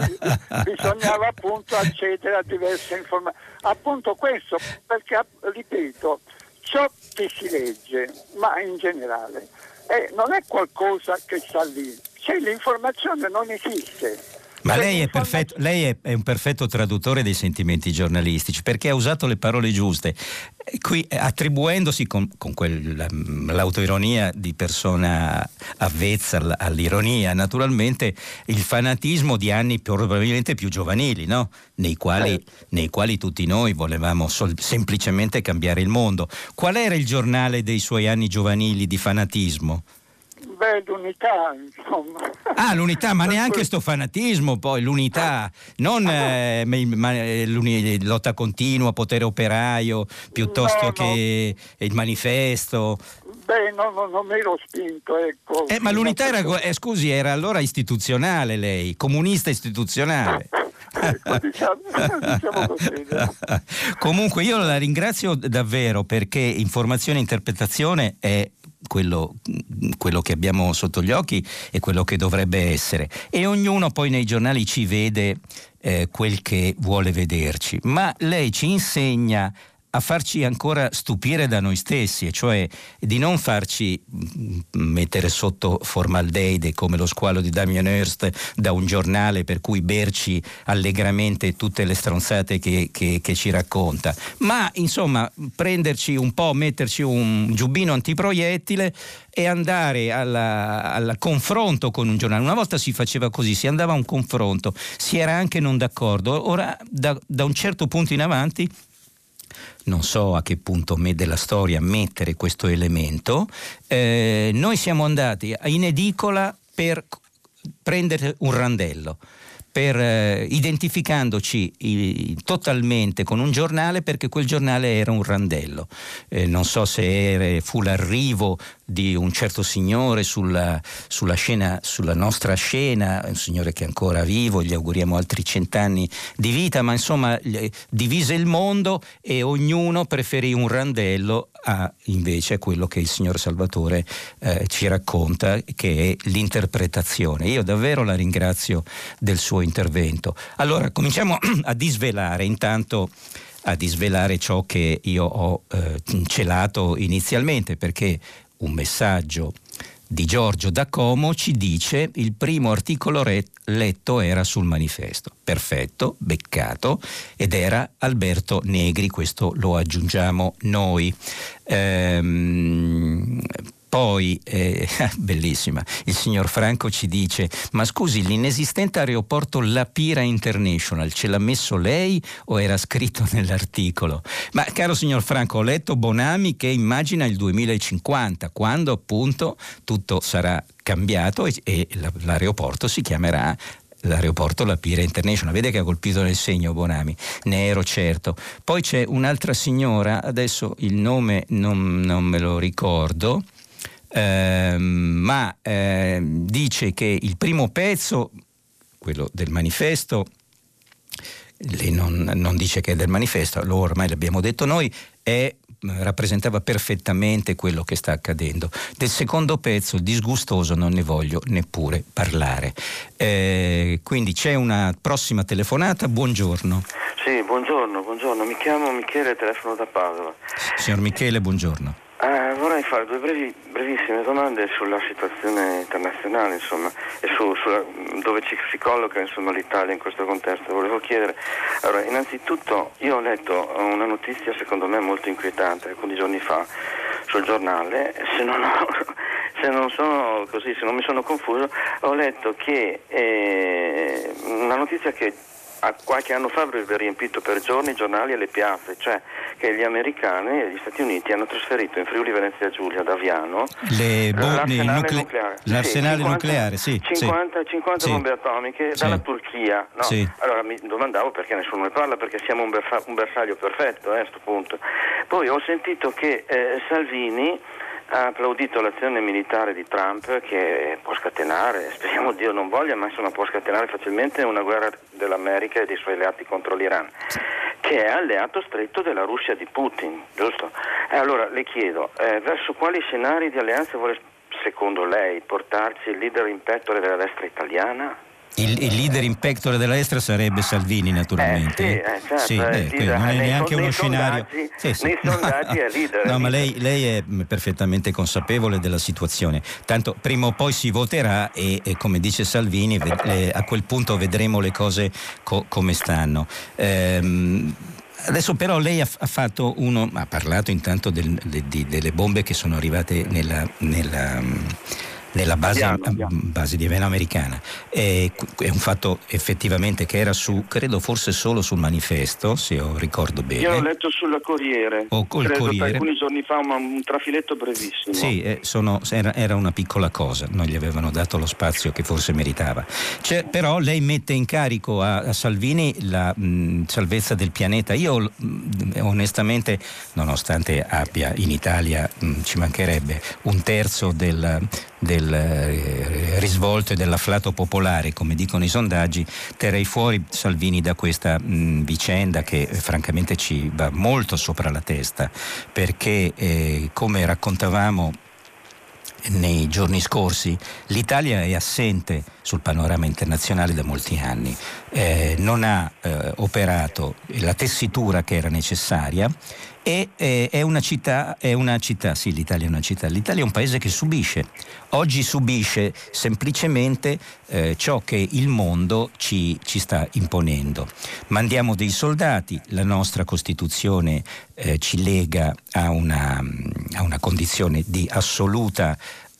bisognava appunto accedere a diverse informazioni. Appunto questo perché, ripeto, ciò che si legge, ma in generale, eh, non è qualcosa che sta lì. Cioè l'informazione non esiste. Ma lei, è, perfetto, lei è, è un perfetto traduttore dei sentimenti giornalistici, perché ha usato le parole giuste, qui attribuendosi con, con quel, l'autoironia di persona avvezza all'ironia, naturalmente il fanatismo di anni probabilmente più giovanili, no? Nei quali, eh. nei quali tutti noi volevamo sol- semplicemente cambiare il mondo. Qual era il giornale dei suoi anni giovanili di fanatismo? Beh, l'unità, insomma. Ah, l'unità, ma neanche sto fanatismo, poi l'unità, non eh, ma, l'uni, lotta continua, potere operaio, piuttosto no, che no. Il manifesto. Beh, no, no, non ero spinto, ecco. Eh, ma l'unità era, eh, scusi, era allora istituzionale lei, comunista istituzionale. Ecco, diciamo, diciamo così. Comunque io la ringrazio davvero, perché informazione e interpretazione è Quello, quello che abbiamo sotto gli occhi e quello che dovrebbe essere, e ognuno poi nei giornali ci vede eh, quel che vuole vederci, ma lei ci insegna a farci ancora stupire da noi stessi, e cioè di non farci mettere sotto formaldeide come lo squalo di Damien Hirst da un giornale, per cui berci allegramente tutte le stronzate che, che, che ci racconta, ma insomma prenderci un po', metterci un giubbino antiproiettile e andare alla, al confronto con un giornale. Una volta si faceva così, si andava a un confronto, si era anche non d'accordo. Ora da, da un certo punto in avanti, non so a che punto me della storia mettere questo elemento, eh, noi siamo andati in edicola per prendere un randello, per eh, identificandoci i, totalmente con un giornale, perché quel giornale era un randello. Eh, non so se era, fu l'arrivo di un certo signore sulla, sulla scena, sulla nostra scena, un signore che è ancora vivo, gli auguriamo altri cent'anni di vita, ma insomma divise il mondo e ognuno preferì un randello a invece quello che il signor Salvatore eh, ci racconta, che è l'interpretazione. Io davvero la ringrazio del suo intervento. Allora cominciamo a disvelare intanto a disvelare ciò che io ho eh, celato inizialmente, perché un messaggio di Giorgio da Como ci dice: il primo articolo re- letto era sul Manifesto. Perfetto, beccato, ed era Alberto Negri, questo lo aggiungiamo noi. Ehm, Poi, eh, bellissima, il signor Franco ci dice: ma scusi, l'inesistente aeroporto La Pira International ce l'ha messo lei o era scritto nell'articolo? Ma caro signor Franco, ho letto Bonami che immagina il duemilacinquanta, quando appunto tutto sarà cambiato e, e l'aeroporto si chiamerà l'aeroporto La Pira International. Vede che ha colpito nel segno Bonami, ne ero certo. Poi c'è un'altra signora, adesso il nome non, non me lo ricordo, Uh, ma uh, dice che il primo pezzo, quello del Manifesto, lei non, non dice che è del Manifesto, lo ormai l'abbiamo detto noi, è, rappresentava perfettamente quello che sta accadendo. Del secondo pezzo, il disgustoso, non ne voglio neppure parlare. Uh, quindi c'è una prossima telefonata. Buongiorno. Sì, buongiorno, buongiorno, mi chiamo Michele, telefono da Padova. Signor Michele, buongiorno. Eh, vorrei fare due brevi, brevissime domande sulla situazione internazionale, insomma, e su, su dove ci si colloca, insomma, l'Italia in questo contesto. Volevo chiedere, allora, innanzitutto io ho letto una notizia secondo me molto inquietante alcuni giorni fa sul giornale, se non ho, se non sono così, se non mi sono confuso, ho letto che eh, una notizia che a qualche anno fa avrebbe riempito per giorni i giornali e le piazze, cioè che gli americani e gli Stati Uniti hanno trasferito in Friuli Venezia Giulia, ad Aviano, le bo- l'arsenale nucle- nucleare, l'arsenale sì, cinquanta, nucleare, sì, cinquanta, cinquanta sì. bombe atomiche sì. dalla Turchia. No? Sì. Allora mi domandavo perché nessuno ne parla, perché siamo un, bersa- un bersaglio perfetto eh, a sto punto. Poi ho sentito che eh, Salvini ha applaudito l'azione militare di Trump, che può scatenare, speriamo Dio non voglia, ma insomma può scatenare facilmente una guerra dell'America e dei suoi alleati contro l'Iran, che è alleato stretto della Russia di Putin, giusto? E allora le chiedo, eh, verso quali scenari di alleanza vuole secondo lei portarci il leader in pettore della destra italiana? Il, il leader in pectore della destra sarebbe Salvini, naturmente. Eh, sì, eh, certo, sì, eh, beh, quello non è nei, neanche nei uno scenario. Sondaggi, sì, sì. Nei sondaggi è leader. No, è ma leader. lei, lei è perfettamente consapevole della situazione. Tanto prima o poi si voterà e, e come dice Salvini, ved- eh, a quel punto vedremo le cose co- come stanno. Ehm, Adesso però lei ha, ha fatto uno, ha parlato intanto del, de, di, delle bombe che sono arrivate nella, nella, nella base, Andiamo, andiamo. base di Avena americana. È, è un fatto effettivamente che era su, credo forse solo sul Manifesto, se io ricordo bene. Io l'ho letto sulla Corriere, o col credo Corriere. alcuni giorni fa, ma un trafiletto brevissimo. Sì, eh, sono, era, era una piccola cosa, non gli avevano dato lo spazio che forse meritava. C'è, però lei mette in carico a, a Salvini la mh, salvezza del pianeta. Io mh, onestamente, nonostante abbia in Italia, mh, ci mancherebbe, un terzo del, del eh, risvolto e dell'afflato popolare, come dicono i sondaggi, terrei fuori Salvini da questa mh, vicenda che eh, francamente ci va molto sopra la testa, perché eh, come raccontavamo nei giorni scorsi, l'Italia è assente sul panorama internazionale da molti anni, eh, non ha eh, operato la tessitura che era necessaria e eh, è una città, è una città, sì, l'Italia è una città, l'Italia è un paese che subisce, oggi subisce semplicemente eh, ciò che il mondo ci, ci sta imponendo. Mandiamo dei soldati, la nostra Costituzione eh, ci lega a una, a una condizione di assoluta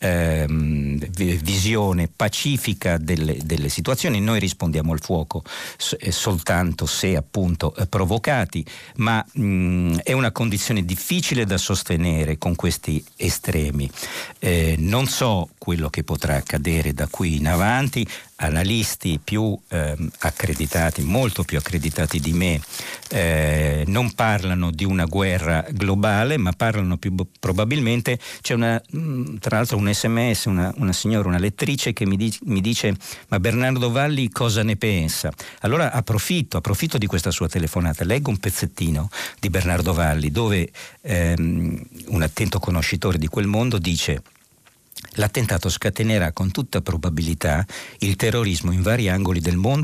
Ehm, visione pacifica delle, delle situazioni. Noi rispondiamo al fuoco s- soltanto se appunto eh, provocati, ma mh, è una condizione difficile da sostenere con questi estremi. Eh, non so quello che potrà accadere da qui in avanti. Analisti più ehm, accreditati, molto più accreditati di me, eh, non parlano di una guerra globale, ma parlano più b- probabilmente, c'è una, mh, tra l'altro un sms, una, una signora, una lettrice che mi, di- mi dice: ma Bernardo Valli cosa ne pensa? Allora approfitto, approfitto di questa sua telefonata, leggo un pezzettino di Bernardo Valli dove ehm, un attento conoscitore di quel mondo dice: l'attentato scatenerà con tutta probabilità il terrorismo in vari angoli del mondo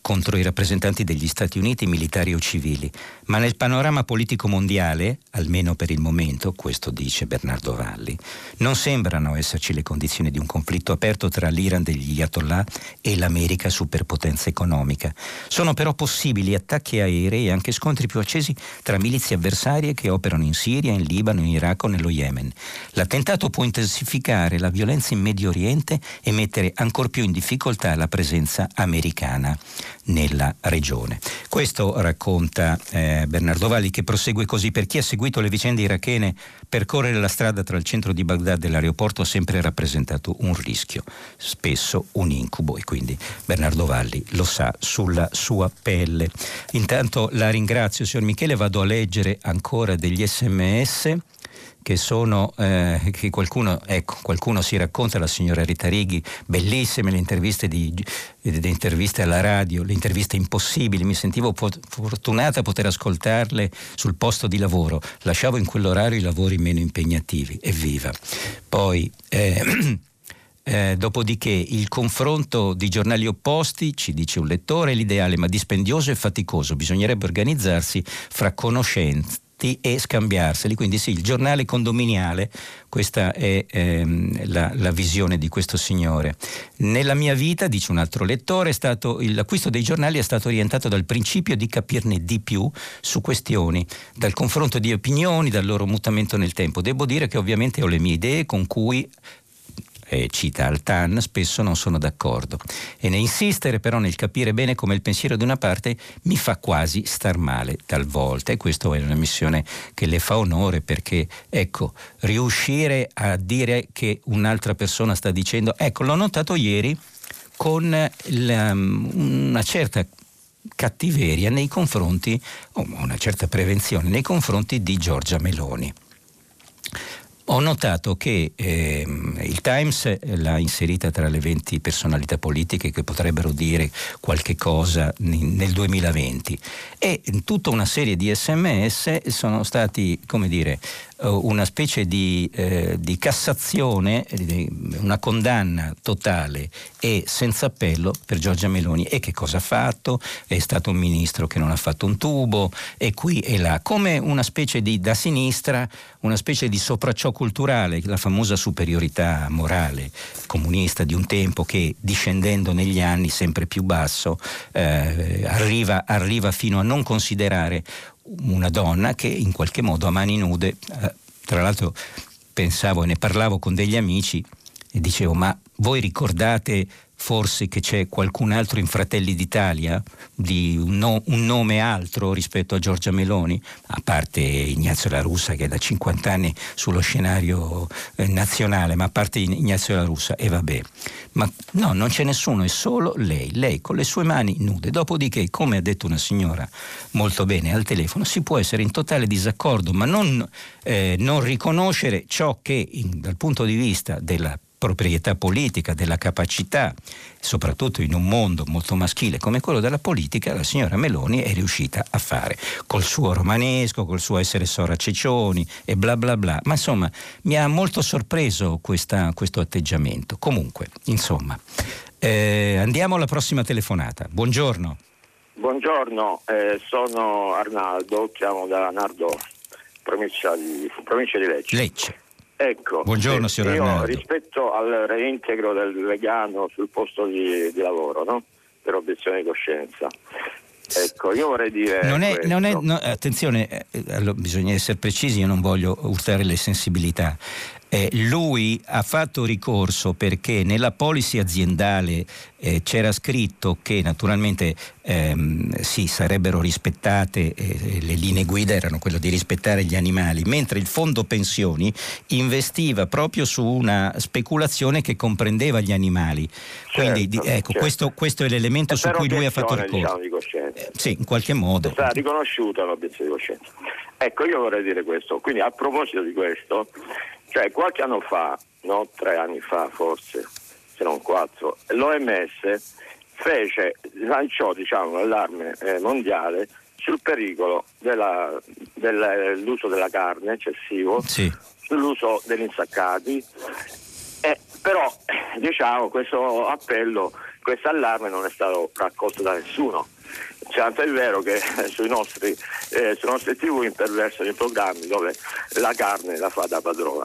contro i rappresentanti degli Stati Uniti, militari o civili, ma nel panorama politico mondiale, almeno per il momento, questo dice Bernardo Valli, non sembrano esserci le condizioni di un conflitto aperto tra l'Iran degli Ayatollah e l'America superpotenza economica. Sono però possibili attacchi aerei e anche scontri più accesi tra milizie avversarie che operano in Siria, in Libano, in Iraq o nello Yemen. L'attentato può intensificare la violenza in Medio Oriente e mettere ancor più in difficoltà la presenza americana nella regione. Questo racconta eh, Bernardo Valli, che prosegue così: per chi ha seguito le vicende irachene, percorrere la strada tra il centro di Baghdad e l'aeroporto ha sempre rappresentato un rischio, spesso un incubo, e quindi Bernardo Valli lo sa sulla sua pelle. Intanto la ringrazio, signor Michele, vado a leggere ancora degli sms che sono eh, che qualcuno ecco qualcuno si racconta, la signora Rita Righi, bellissime le interviste di le interviste alla radio, le interviste impossibili, mi sentivo po- fortunata a poter ascoltarle sul posto di lavoro, lasciavo in quell'orario i lavori meno impegnativi, evviva. Poi eh, Eh, dopodiché il confronto di giornali opposti, ci dice un lettore, è l'ideale ma dispendioso e faticoso, bisognerebbe organizzarsi fra conoscenti e scambiarseli, quindi sì, il giornale condominiale, questa è ehm, la, la visione di questo signore. Nella mia vita, dice un altro lettore, è stato, l'acquisto dei giornali è stato orientato dal principio di capirne di più su questioni, dal confronto di opinioni, dal loro mutamento nel tempo. Devo dire che ovviamente ho le mie idee con cui, Eh, cita Altan, spesso non sono d'accordo, e ne insistere però nel capire bene come il pensiero di una parte mi fa quasi star male talvolta, e questa è una missione che le fa onore, perché ecco, riuscire a dire che un'altra persona sta dicendo, ecco, l'ho notato ieri con la, una certa cattiveria nei confronti, o una certa prevenzione nei confronti di Giorgia Meloni. Ho notato che eh, il Times l'ha inserita tra le venti personalità politiche che potrebbero dire qualche cosa nel duemilaventi, e tutta una serie di sms sono stati, come dire, una specie di, eh, di cassazione, una condanna totale e senza appello per Giorgia Meloni. E che cosa ha fatto? È stato un ministro che non ha fatto un tubo, e qui e là, come una specie di, da sinistra, una specie di sopracciò culturale, la famosa superiorità morale comunista di un tempo che, discendendo negli anni sempre più basso, eh, arriva, arriva fino a non considerare una donna che in qualche modo a mani nude, eh, tra l'altro pensavo e ne parlavo con degli amici e dicevo, ma voi ricordate forse che c'è qualcun altro in Fratelli d'Italia di un, no, un nome altro rispetto a Giorgia Meloni, a parte Ignazio La Russa che è da cinquanta anni sullo scenario eh, nazionale, ma a parte Ignazio La Russa, e vabbè, ma no, non c'è nessuno, è solo lei, lei con le sue mani nude. Dopodiché, come ha detto una signora molto bene al telefono, si può essere in totale disaccordo, ma non, eh, non riconoscere ciò che in, dal punto di vista della proprietà politica, della capacità, soprattutto in un mondo molto maschile come quello della politica, la signora Meloni è riuscita a fare, col suo romanesco, col suo essere Sora Ceccioni e bla bla bla. Ma insomma, mi ha molto sorpreso questa, questo atteggiamento. Comunque, insomma, eh, andiamo alla prossima telefonata. Buongiorno. Buongiorno, eh, sono Arnaldo, chiamo da Nardò, provincia di, provincia di Lecce. Lecce. Ecco, buongiorno signor io Arnaldo. Rispetto al reintegro del vegano sul posto di, di lavoro, no? Per obiezione di coscienza. Ecco, io vorrei dire non è, non è, no, attenzione, eh, allora, bisogna essere precisi, io non voglio urtare le sensibilità. Eh, lui ha fatto ricorso perché nella policy aziendale eh, c'era scritto che naturalmente ehm, sì, sarebbero rispettate, eh, le linee guida erano quelle di rispettare gli animali, mentre il fondo pensioni investiva proprio su una speculazione che comprendeva gli animali. Quindi certo, ecco, certo. Questo, questo è l'elemento è su cui lui ha fatto ricorso. Diciamo, di coscienza. Eh, sì, in qualche modo. È stata riconosciuta l'obiezione di coscienza. Ecco, io vorrei dire questo. Quindi a proposito di questo, cioè qualche anno fa, no, tre anni fa forse, se non quattro, l'O M S fece, lanciò diciamo l'allarme eh, mondiale sul pericolo della, dell'uso della carne eccessivo, sì. sull'uso degli insaccati, eh, però diciamo questo appello questo allarme non è stato raccolto da nessuno. Tanto è vero che sui nostri, eh, sui nostri tivù imperversano i programmi dove la carne la fa da padrona.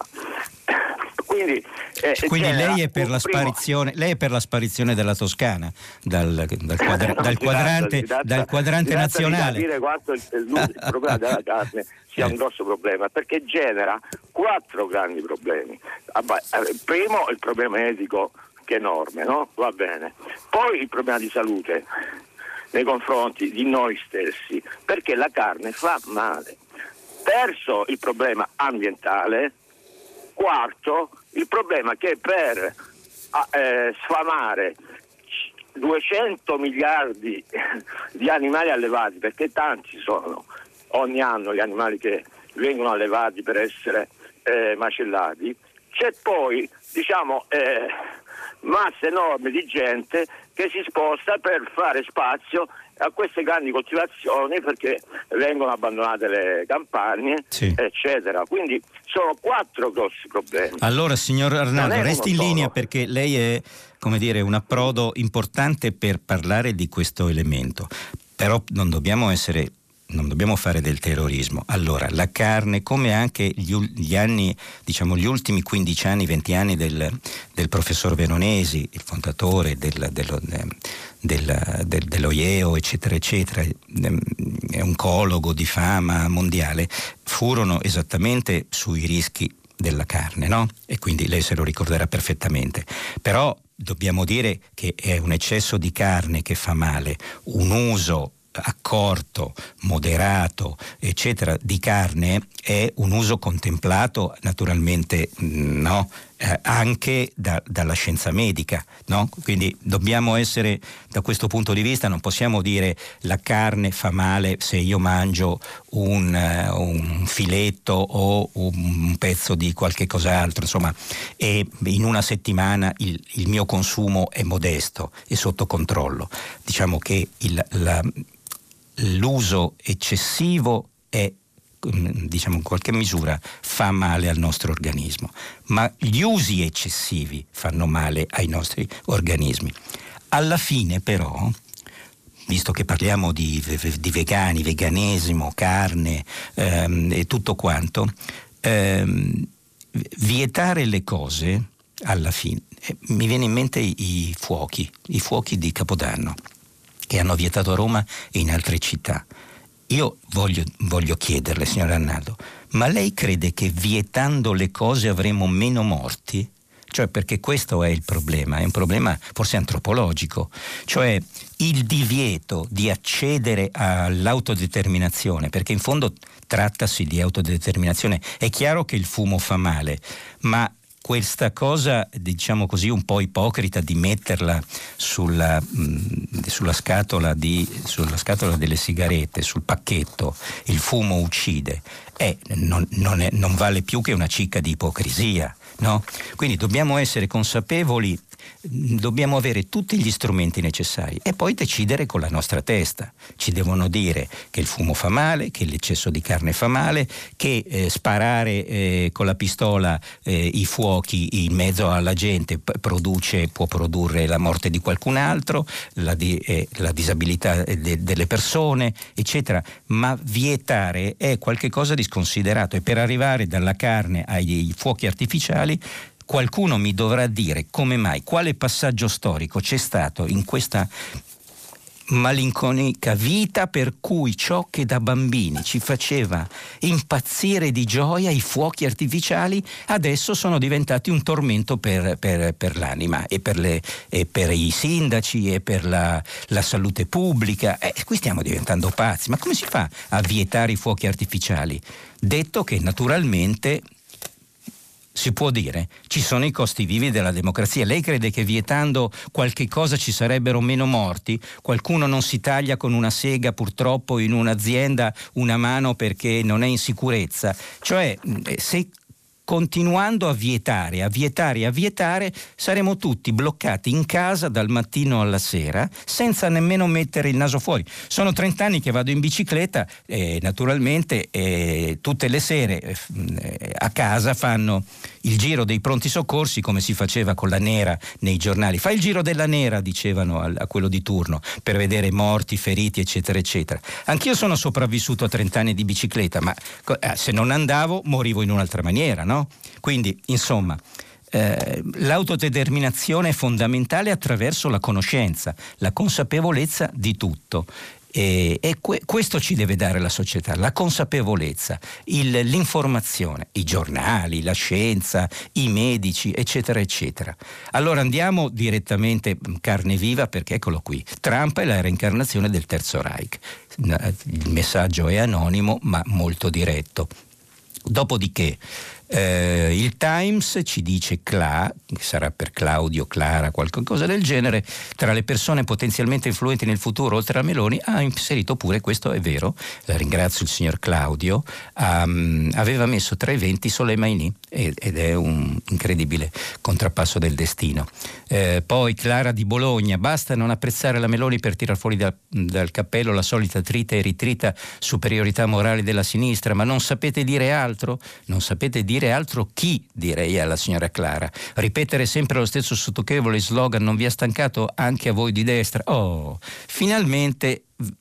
Quindi, eh, Quindi lei è per la sparizione, lei è per la sparizione della Toscana dal, dal, quadra, no, dal quadrante, tratta, dal quadrante tratta nazionale. Di capire quanto il, il, il problema della carne sia un grosso problema, perché genera quattro grandi problemi. Primo, il problema etico, che è enorme, no? Va bene. Poi il problema di salute nei confronti di noi stessi, perché la carne fa male. Terzo, il problema ambientale. Quarto, il problema che per eh, sfamare duecento miliardi di animali allevati, perché tanti sono ogni anno gli animali che vengono allevati per essere eh, macellati, c'è poi, diciamo, eh, masse enormi di gente che si sposta per fare spazio a queste grandi coltivazioni, perché vengono abbandonate le campagne, sì, eccetera. Quindi sono quattro grossi problemi. Allora, signor Arnaldo, resti in linea, perché lei è, come dire, un approdo importante per parlare di questo elemento. Però non dobbiamo essere non dobbiamo fare del terrorismo. Allora, la carne, come anche gli, gli anni, diciamo gli ultimi quindici anni, venti anni del, del professor Veronesi, il fondatore del, dello, del, del, dello I E O, eccetera, eccetera, è oncologo di fama mondiale, furono esattamente sui rischi della carne, no? E quindi lei se lo ricorderà perfettamente. Però dobbiamo dire che è un eccesso di carne che fa male, un uso accorto, moderato, eccetera, di carne è un uso contemplato naturalmente, no? Eh, anche da, dalla scienza medica, no? Quindi dobbiamo essere, da questo punto di vista, non possiamo dire la carne fa male se io mangio un, uh, un filetto o un pezzo di qualche cos'altro, insomma, e in una settimana il, il mio consumo è modesto e sotto controllo. Diciamo che il, la, l'uso eccessivo è, diciamo, in qualche misura fa male al nostro organismo, ma gli usi eccessivi fanno male ai nostri organismi. Alla fine però, visto che parliamo di, di vegani, veganesimo, carne ehm, e tutto quanto, ehm, vietare le cose, alla fine, eh, mi viene in mente i, i fuochi, i fuochi di Capodanno, che hanno vietato a Roma e in altre città. Io voglio, voglio chiederle, signor Arnaldo, ma lei crede che vietando le cose avremo meno morti? Cioè, perché questo è il problema, è un problema forse antropologico, cioè il divieto di accedere all'autodeterminazione, perché in fondo trattasi di autodeterminazione. È chiaro che il fumo fa male, ma questa cosa, diciamo così, un po' ipocrita di metterla sulla, mh, sulla, scatola di, sulla scatola delle sigarette, sul pacchetto, il fumo uccide, eh, non, non, è, non vale più che una cicca di ipocrisia, no? Quindi dobbiamo essere consapevoli, dobbiamo avere tutti gli strumenti necessari e poi decidere con la nostra testa. Ci devono dire che il fumo fa male, che l'eccesso di carne fa male, che eh, sparare eh, con la pistola eh, i fuochi in mezzo alla gente p- produce, può produrre la morte di qualcun altro, la, di, eh, la disabilità de- delle persone, eccetera. Ma vietare è qualcosa di sconsiderato, e per arrivare dalla carne ai fuochi artificiali qualcuno mi dovrà dire come mai, quale passaggio storico c'è stato in questa malinconica vita per cui ciò che da bambini ci faceva impazzire di gioia, i fuochi artificiali, adesso sono diventati un tormento per, per, per l'anima e per, le, e per i sindaci e per la, la salute pubblica. Eh, qui stiamo diventando pazzi. Ma come si fa a vietare i fuochi artificiali? Detto che naturalmente si può dire, ci sono i costi vivi della democrazia. Lei crede che vietando qualche cosa ci sarebbero meno morti? Qualcuno non si taglia con una sega purtroppo in un'azienda una mano perché non è in sicurezza? Cioè, se continuando a vietare, a vietare, a vietare, saremo tutti bloccati in casa dal mattino alla sera senza nemmeno mettere il naso fuori. Sono trent'anni che vado in bicicletta e naturalmente eh, tutte le sere eh, a casa fanno il giro dei pronti soccorsi come si faceva con la nera nei giornali. Fai il giro della nera, dicevano a, a quello di turno, per vedere morti, feriti, eccetera, eccetera. Anch'io sono sopravvissuto a trenta anni di bicicletta, ma eh, se non andavo morivo in un'altra maniera, no? Quindi, insomma, Eh, l'autodeterminazione è fondamentale attraverso la conoscenza, la consapevolezza di tutto. E, e que- questo ci deve dare la società, la consapevolezza, il, l'informazione, i giornali, la scienza, i medici, eccetera, eccetera. Allora andiamo direttamente carne viva, perché eccolo qui. Trump è la reincarnazione del Terzo Reich. Il messaggio è anonimo, ma molto diretto. Dopodiché eh, il Times ci dice Cla, che sarà per Claudio, Clara, qualcosa del genere, tra le persone potenzialmente influenti nel futuro oltre a Meloni ha inserito pure, questo è vero, la ringrazio il signor Claudio, um, aveva messo tra i venti Soleimani ed è un incredibile contrappasso del destino. Eh, poi Clara di Bologna, basta non apprezzare la Meloni per tirar fuori da, dal cappello la solita trita e ritrita superiorità morale della sinistra, ma non sapete dire altro? Non sapete dire altro chi, direi alla signora Clara. Ripetere sempre lo stesso stucchevole slogan non vi ha stancato anche a voi di destra? Oh, finalmente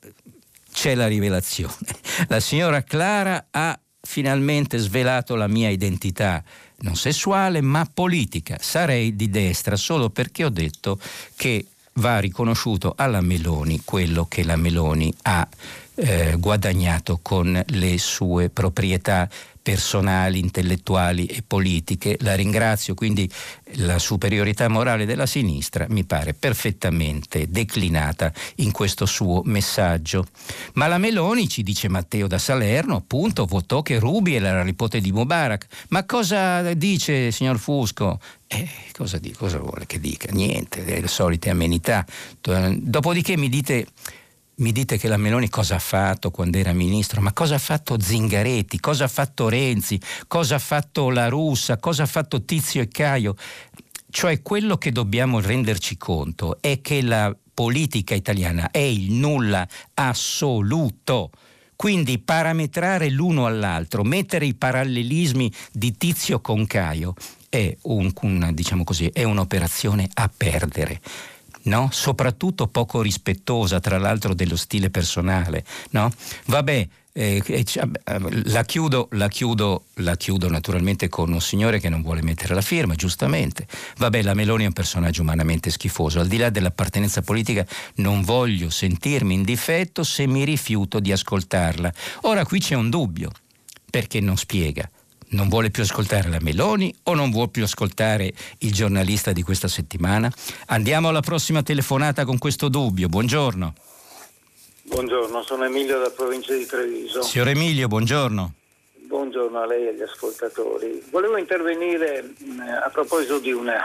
c'è la rivelazione. La signora Clara ha finalmente svelato la mia identità, non sessuale ma politica. Sarei di destra solo perché ho detto che va riconosciuto alla Meloni quello che la Meloni ha eh, guadagnato con le sue proprietà personali, intellettuali e politiche. La ringrazio, quindi la superiorità morale della sinistra mi pare perfettamente declinata in questo suo messaggio. Ma la Meloni, ci dice Matteo da Salerno, appunto, votò che Ruby era la nipote di Mubarak. Ma cosa dice, signor Fusco? Eh, cosa, di, cosa vuole che dica? Niente, le solite amenità. Dopodiché mi dite... Mi dite che la Meloni cosa ha fatto quando era ministro, ma cosa ha fatto Zingaretti, cosa ha fatto Renzi, cosa ha fatto La Russa, cosa ha fatto Tizio e Caio? Cioè, quello che dobbiamo renderci conto è che la politica italiana è il nulla assoluto. Quindi parametrare l'uno all'altro, mettere i parallelismi di Tizio con Caio è un, una, diciamo così, è un'operazione a perdere. No? Soprattutto poco rispettosa, tra l'altro, dello stile personale, no? Vabbè, eh, eh, la chiudo, la chiudo, la chiudo naturalmente con un signore che non vuole mettere la firma, giustamente. Vabbè, la Meloni è un personaggio umanamente schifoso. Al di là dell'appartenenza politica, non voglio sentirmi in difetto se mi rifiuto di ascoltarla. Ora qui c'è un dubbio, perché non spiega. Non vuole più ascoltare la Meloni o non vuole più ascoltare il giornalista di questa settimana? Andiamo alla prossima telefonata con questo dubbio. Buongiorno. Buongiorno, sono Emilio da provincia di Treviso. Signor Emilio, buongiorno. Buongiorno a lei e agli ascoltatori. Volevo intervenire a proposito di, una,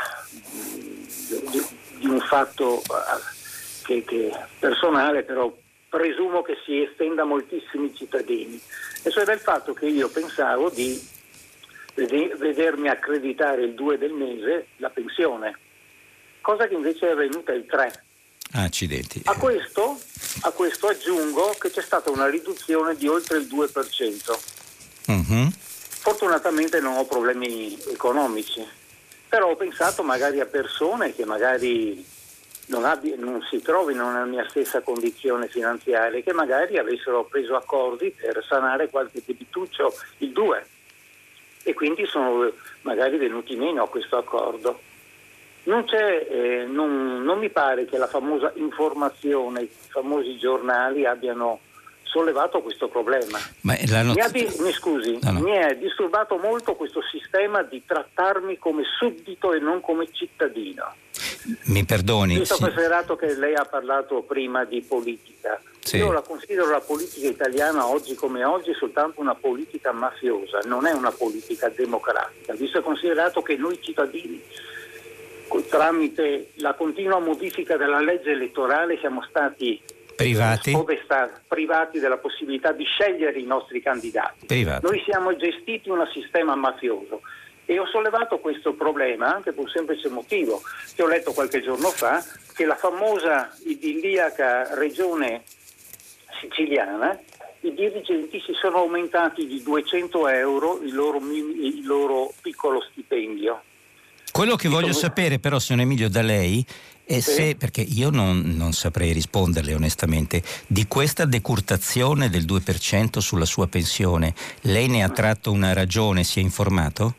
di, di un fatto che, che personale, però presumo che si estenda a moltissimi cittadini, e cioè del fatto che io pensavo di vedermi accreditare il due del mese la pensione, cosa che invece è avvenuta il tre. Accidenti. A questo, a questo aggiungo che c'è stata una riduzione di oltre il due per cento. Mm-hmm. Fortunatamente non ho problemi economici, però ho pensato magari a persone che magari non, abbi- non si trovino nella mia stessa condizione finanziaria, che magari avessero preso accordi per sanare qualche debituccio il due, e quindi sono magari venuti meno a questo accordo. Non c'è, eh, non, non mi pare che la famosa informazione, i famosi giornali abbiano sollevato questo problema. Ma la not- mi, ha di- mi scusi, no, no. mi è disturbato molto questo sistema di trattarmi come suddito e non come cittadino. Mi perdoni. Visto sì. considerato che lei ha parlato prima di politica, sì. Io la considero la politica italiana oggi come oggi soltanto una politica mafiosa, non è una politica democratica, visto e considerato che noi cittadini, tramite la continua modifica della legge elettorale, siamo stati privati, privati della possibilità di scegliere i nostri candidati. Privati. Noi siamo gestiti in un sistema mafioso. E ho sollevato questo problema anche per un semplice motivo, che ho letto qualche giorno fa, che la famosa idilliaca regione siciliana i dirigenti si sono aumentati di duecento euro il loro, il loro piccolo stipendio. Quello che voglio Come... sapere però, signor Emilio, da lei è sì. se, perché io non, non saprei risponderle onestamente, di questa decurtazione del due per cento sulla sua pensione, lei ne ha tratto una ragione, si è informato?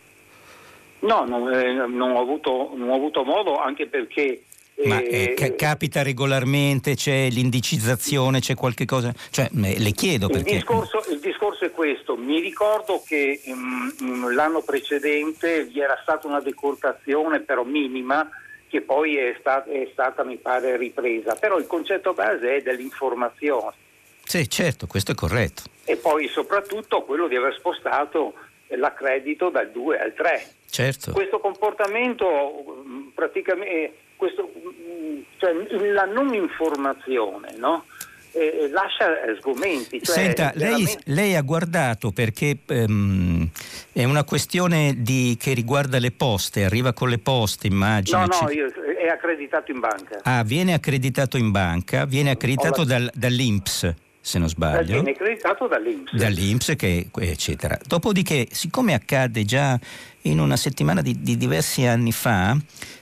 No, non, eh, non, ho avuto, non ho avuto modo, anche perché... Ma eh, ca- capita regolarmente, c'è l'indicizzazione, c'è qualche cosa? Cioè, le chiedo il perché... Discorso, il discorso è questo, mi ricordo che um, l'anno precedente vi era stata una decurtazione però minima, che poi è, sta- è stata, mi pare, ripresa, però il concetto base è dell'informazione. Sì, certo, questo è corretto. E poi soprattutto quello di aver spostato l'accredito dal due al tre. Certo. Questo comportamento praticamente, questo, cioè la non informazione, no? Eh, lascia sgomenti. Cioè, Senta, veramente... lei, lei ha guardato perché um, è una questione di, che riguarda le poste, arriva con le poste, immagino. No, no, io, è accreditato in banca. Ah, viene accreditato in banca, viene accreditato la... dal, dall'I N P S, se non sbaglio. Viene accreditato dall'I N P S. Dall'I N P S, che, eccetera. Dopodiché, siccome accade già in una settimana di, di diversi anni fa,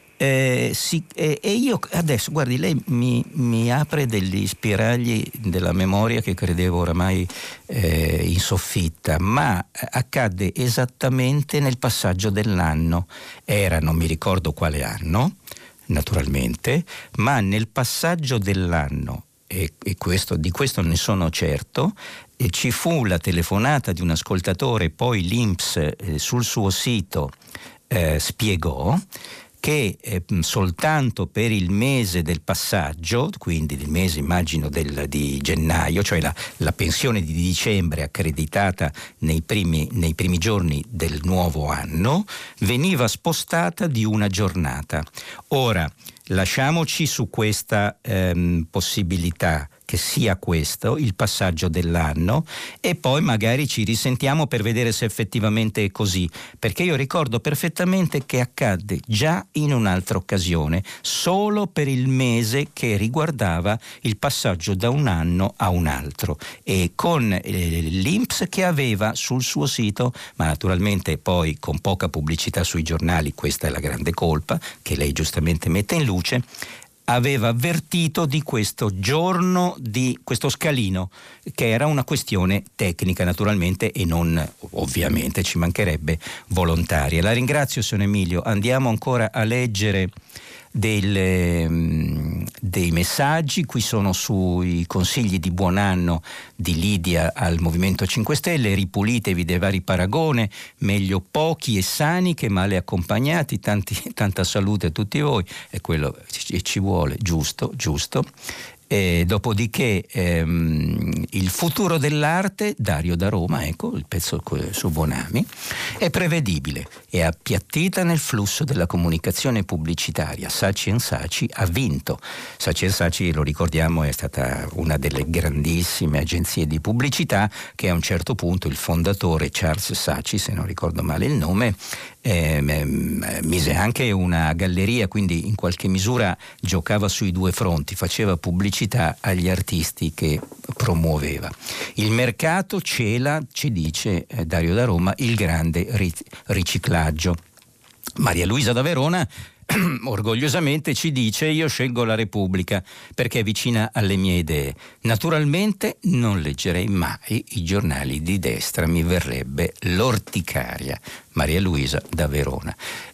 Eh, sì, eh, e io adesso, guardi, lei mi, mi apre degli spiragli della memoria che credevo oramai eh, in soffitta, ma accadde esattamente nel passaggio dell'anno. Era, non mi ricordo quale anno, naturalmente, ma nel passaggio dell'anno, e, e questo, di questo ne sono certo, e ci fu la telefonata di un ascoltatore, poi l'I N P S eh, sul suo sito eh, spiegò che eh, soltanto per il mese del passaggio, quindi il mese immagino del, di gennaio, cioè la, la pensione di dicembre accreditata nei primi, nei primi giorni del nuovo anno, veniva spostata di una giornata. Ora, lasciamoci su questa ehm, possibilità, che sia questo il passaggio dell'anno, e poi magari ci risentiamo per vedere se effettivamente è così, perché io ricordo perfettamente che accadde già in un'altra occasione, solo per il mese che riguardava il passaggio da un anno a un altro, e con eh, l'I N P S che aveva sul suo sito, ma naturalmente poi con poca pubblicità sui giornali, questa è la grande colpa che lei giustamente mette in luce, aveva avvertito di questo giorno, di questo scalino, che era una questione tecnica naturalmente e non, ovviamente, ci mancherebbe, volontaria. La ringrazio, signor Emilio. Andiamo ancora a leggere Del, dei messaggi. Qui sono sui consigli di buon anno di Lidia al Movimento cinque Stelle: ripulitevi dai vari paragone, meglio pochi e sani che male accompagnati, tanti, tanta salute a tutti voi, e quello ci, ci vuole, giusto, giusto. E dopodiché ehm, il futuro dell'arte, Dario da Roma, ecco il pezzo su Bonami, è prevedibile, è appiattita nel flusso della comunicazione pubblicitaria. Saatchi and Saatchi ha vinto. Saatchi and Saatchi, lo ricordiamo, è stata una delle grandissime agenzie di pubblicità che a un certo punto il fondatore Charles Saatchi, se non ricordo male il nome, Eh, mise anche una galleria, quindi in qualche misura giocava sui due fronti, faceva pubblicità agli artisti che promuoveva. Il mercato cela, ci dice eh, Dario da Roma, il grande ric- riciclaggio. Maria Luisa da Verona orgogliosamente ci dice: io scelgo la Repubblica perché è vicina alle mie idee. Naturalmente non leggerei mai i giornali di destra, mi verrebbe l'orticaria. Maria Luisa da Verona.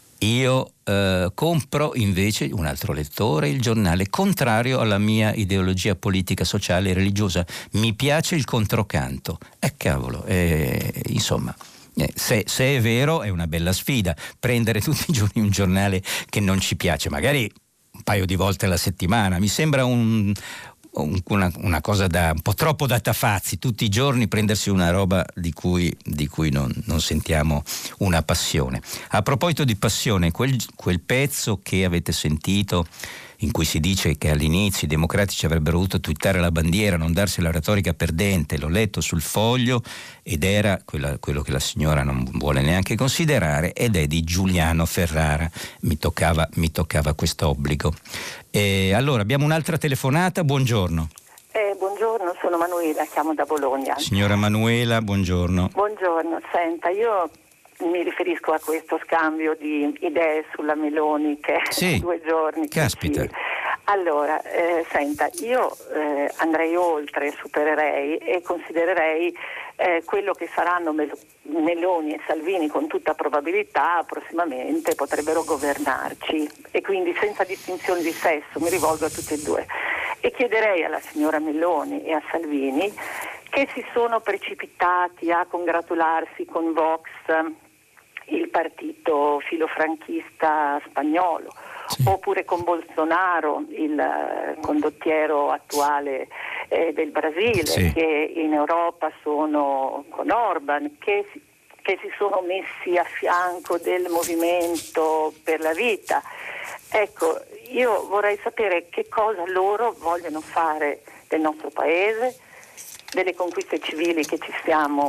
Io eh, compro invece, un altro lettore, il giornale contrario alla mia ideologia politica, sociale e religiosa. Mi piace il controcanto. E eh, cavolo, eh, insomma... Eh, se, se è vero è una bella sfida prendere tutti i giorni un giornale che non ci piace, magari un paio di volte alla settimana. Mi sembra un, un, una, una cosa da un po' troppo da tafazzi, tutti i giorni prendersi una roba di cui, di cui non, non sentiamo una passione. A proposito di passione, quel, quel pezzo che avete sentito in cui si dice che all'inizio i democratici avrebbero dovuto twittare la bandiera, non darsi la retorica perdente, l'ho letto sul Foglio ed era quella, quello che la signora non vuole neanche considerare, ed è di Giuliano Ferrara. Mi toccava, mi toccava quest'obbligo. E allora abbiamo un'altra telefonata. Buongiorno. Eh, buongiorno, sono Manuela, chiamo da Bologna. Signora Manuela, buongiorno. Buongiorno, senta, io mi riferisco a questo scambio di idee sulla Meloni che sì. è due giorni. Caspita. Ci... Allora, eh, senta, io eh, andrei oltre, supererei e considererei eh, quello che saranno Mel- Meloni e Salvini con tutta probabilità prossimamente potrebbero governarci, e quindi senza distinzione di sesso mi rivolgo a tutti e due e chiederei alla signora Meloni e a Salvini, che si sono precipitati a congratularsi con Vox, il partito filofranchista spagnolo, sì. oppure con Bolsonaro, il uh, condottiero attuale eh, del Brasile, sì. che in Europa sono con Orban, che si, che si sono messi a fianco del Movimento per la Vita. Ecco, io vorrei sapere che cosa loro vogliono fare del nostro paese, delle conquiste civili che ci siamo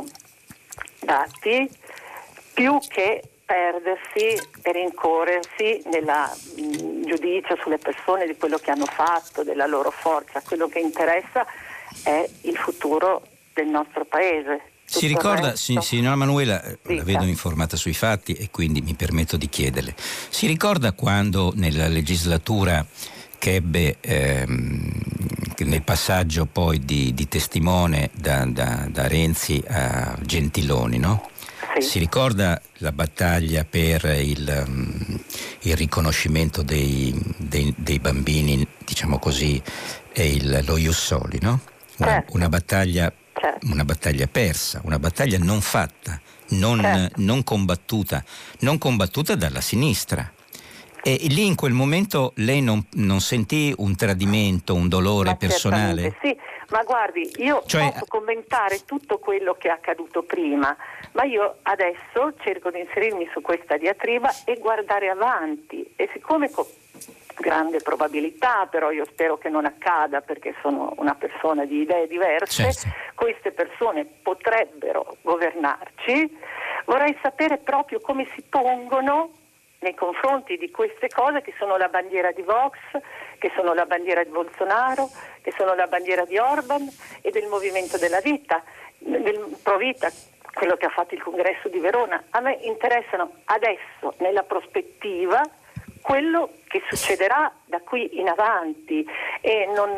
dati, più che perdersi e rincorrersi nel giudizio sulle persone di quello che hanno fatto, della loro forza. Quello che interessa è il futuro del nostro paese. Si ricorda, si, signora Manuela, la vedo informata sui fatti e quindi mi permetto di chiederle, si ricorda quando nella legislatura che ebbe ehm, nel passaggio poi di, di testimone da, da, da Renzi a Gentiloni, no? Sì. Si ricorda la battaglia per il, um, il riconoscimento dei, dei, dei bambini, diciamo così, e il, lo Ius Soli, no? Una, certo. una battaglia certo. una battaglia persa, una battaglia non fatta, non, certo. non combattuta, non combattuta dalla sinistra. E lì in quel momento lei non, non sentì un tradimento, un dolore ma personale? Sì, ma guardi, io cioè... posso commentare tutto quello che è accaduto prima, ma io adesso cerco di inserirmi su questa diatriba e guardare avanti, e siccome con grande probabilità, però io spero che non accada perché sono una persona di idee diverse, certo. queste persone potrebbero governarci, vorrei sapere proprio come si pongono nei confronti di queste cose che sono la bandiera di Vox, che sono la bandiera di Bolsonaro, che sono la bandiera di Orban e del Movimento della Vita, del Pro Vita, quello che ha fatto il congresso di Verona. A me interessano adesso, nella prospettiva, quello che succederà da qui in avanti, e non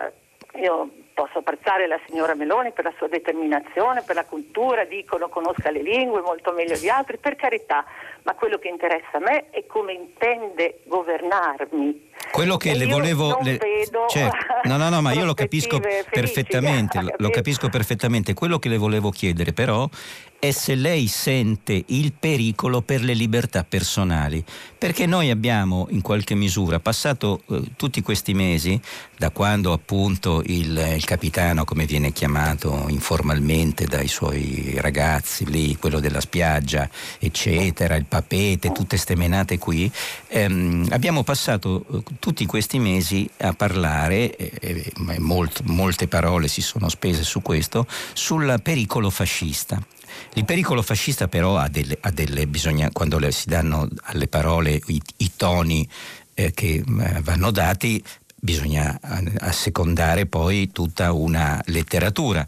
io posso apprezzare la signora Meloni per la sua determinazione, per la cultura, dicono conosca le lingue molto meglio di altri, per carità, ma quello che interessa a me è come intende governarmi. Quello che e le volevo non le... vedo certo. no no no ma io lo capisco felici, perfettamente lo, lo capisco perfettamente. Quello che le volevo chiedere però è se lei sente il pericolo per le libertà personali, perché noi abbiamo in qualche misura passato eh, tutti questi mesi, da quando appunto il, il capitano, come viene chiamato informalmente dai suoi ragazzi lì, quello della spiaggia eccetera, il papete, tutte ste menate qui, ehm, abbiamo passato eh, tutti questi mesi a parlare, eh, eh, molt, molte parole si sono spese su questo, sul pericolo fascista. Il pericolo fascista però ha delle, ha delle bisogna, quando le, si danno alle parole i, i toni eh, che eh, vanno dati, bisogna assecondare poi tutta una letteratura.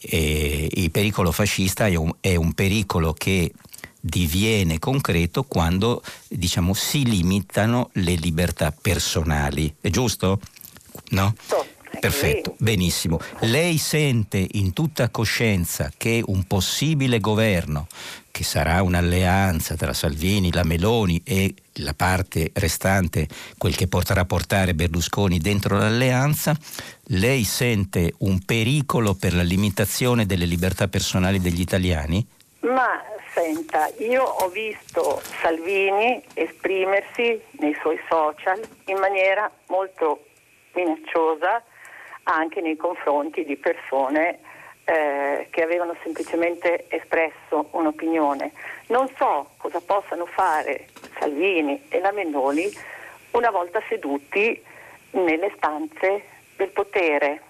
E il pericolo fascista è un, è un pericolo che diviene concreto quando, diciamo, si limitano le libertà personali. È giusto? No? Perfetto, benissimo. Lei sente in tutta coscienza che un possibile governo, che sarà un'alleanza tra Salvini, la Meloni e la parte restante, quel che potrà portare Berlusconi dentro l'alleanza, lei sente un pericolo per la limitazione delle libertà personali degli italiani? Ma senta, io ho visto Salvini esprimersi nei suoi social in maniera molto minacciosa anche nei confronti di persone eh, che avevano semplicemente espresso un'opinione. Non so cosa possano fare Salvini e la Meloni una volta seduti nelle stanze del potere.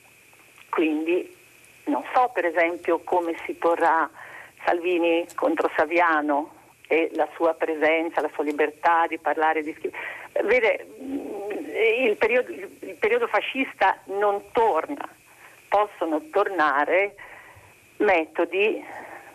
Quindi non so per esempio come si porrà Salvini contro Saviano e la sua presenza, la sua libertà di parlare, di scrivere. Vede, il periodo, il periodo fascista non torna, possono tornare metodi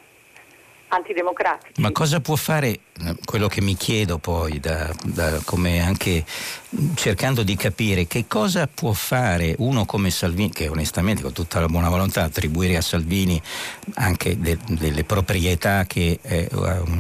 antidemocratici. Ma cosa può fare, quello che mi chiedo poi, da, da, come anche cercando di capire che cosa può fare uno come Salvini, che onestamente con tutta la buona volontà attribuire a Salvini anche de, delle proprietà che eh,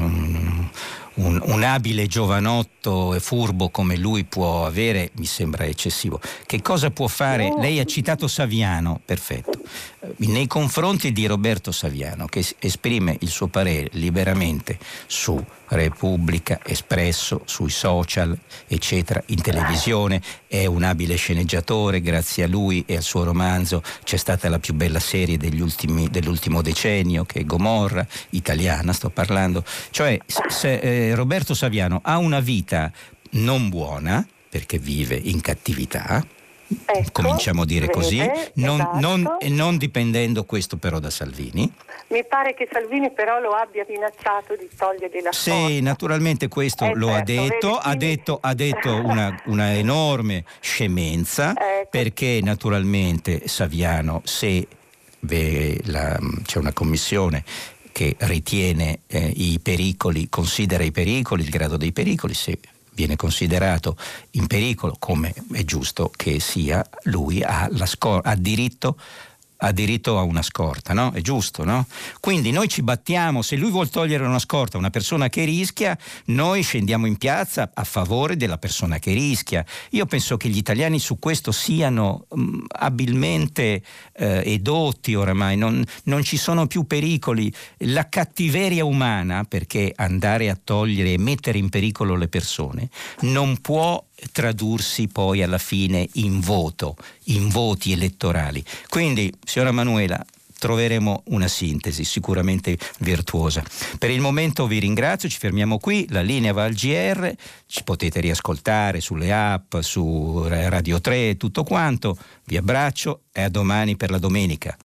un, un, un abile giovanotto e furbo come lui può avere mi sembra eccessivo. Che cosa può fare? No. Lei ha citato Saviano, perfetto, nei confronti di Roberto Saviano, che esprime il suo parere liberamente su Repubblica, Espresso, sui social, eccetera, in televisione, è un abile sceneggiatore, grazie a lui e al suo romanzo c'è stata la più bella serie degli ultimi, dell'ultimo decennio, che è Gomorra, italiana sto parlando, cioè se, eh, Roberto Saviano ha una vita non buona perché vive in cattività. Ecco, cominciamo a dire vede, così, non, esatto. non, non dipendendo questo però da Salvini. Mi pare che Salvini però lo abbia minacciato di togliergli la Sì, scorta. naturalmente questo Eh, lo certo, ha detto, vedi, ha detto, ha detto una, una enorme scemenza, Ecco. perché naturalmente Saviano, se ve la, c'è una commissione che ritiene eh, i pericoli, considera i pericoli, il grado dei pericoli, se viene considerato in pericolo, come è giusto che sia, lui ha, la scor- ha diritto ha diritto a una scorta, no? È giusto, no? Quindi noi ci battiamo, se lui vuol togliere una scorta a una persona che rischia, noi scendiamo in piazza a favore della persona che rischia. Io penso che gli italiani su questo siano mh, abilmente eh, edotti oramai, non, non ci sono più pericoli. La cattiveria umana, perché andare a togliere e mettere in pericolo le persone, non può tradursi poi alla fine in voto, in voti elettorali. Quindi, signora Manuela, troveremo una sintesi sicuramente virtuosa. Per il momento vi ringrazio, ci fermiamo qui, la linea va al G R, ci potete riascoltare sulle app, su Radio tre, tutto quanto. Vi abbraccio e a domani per la domenica.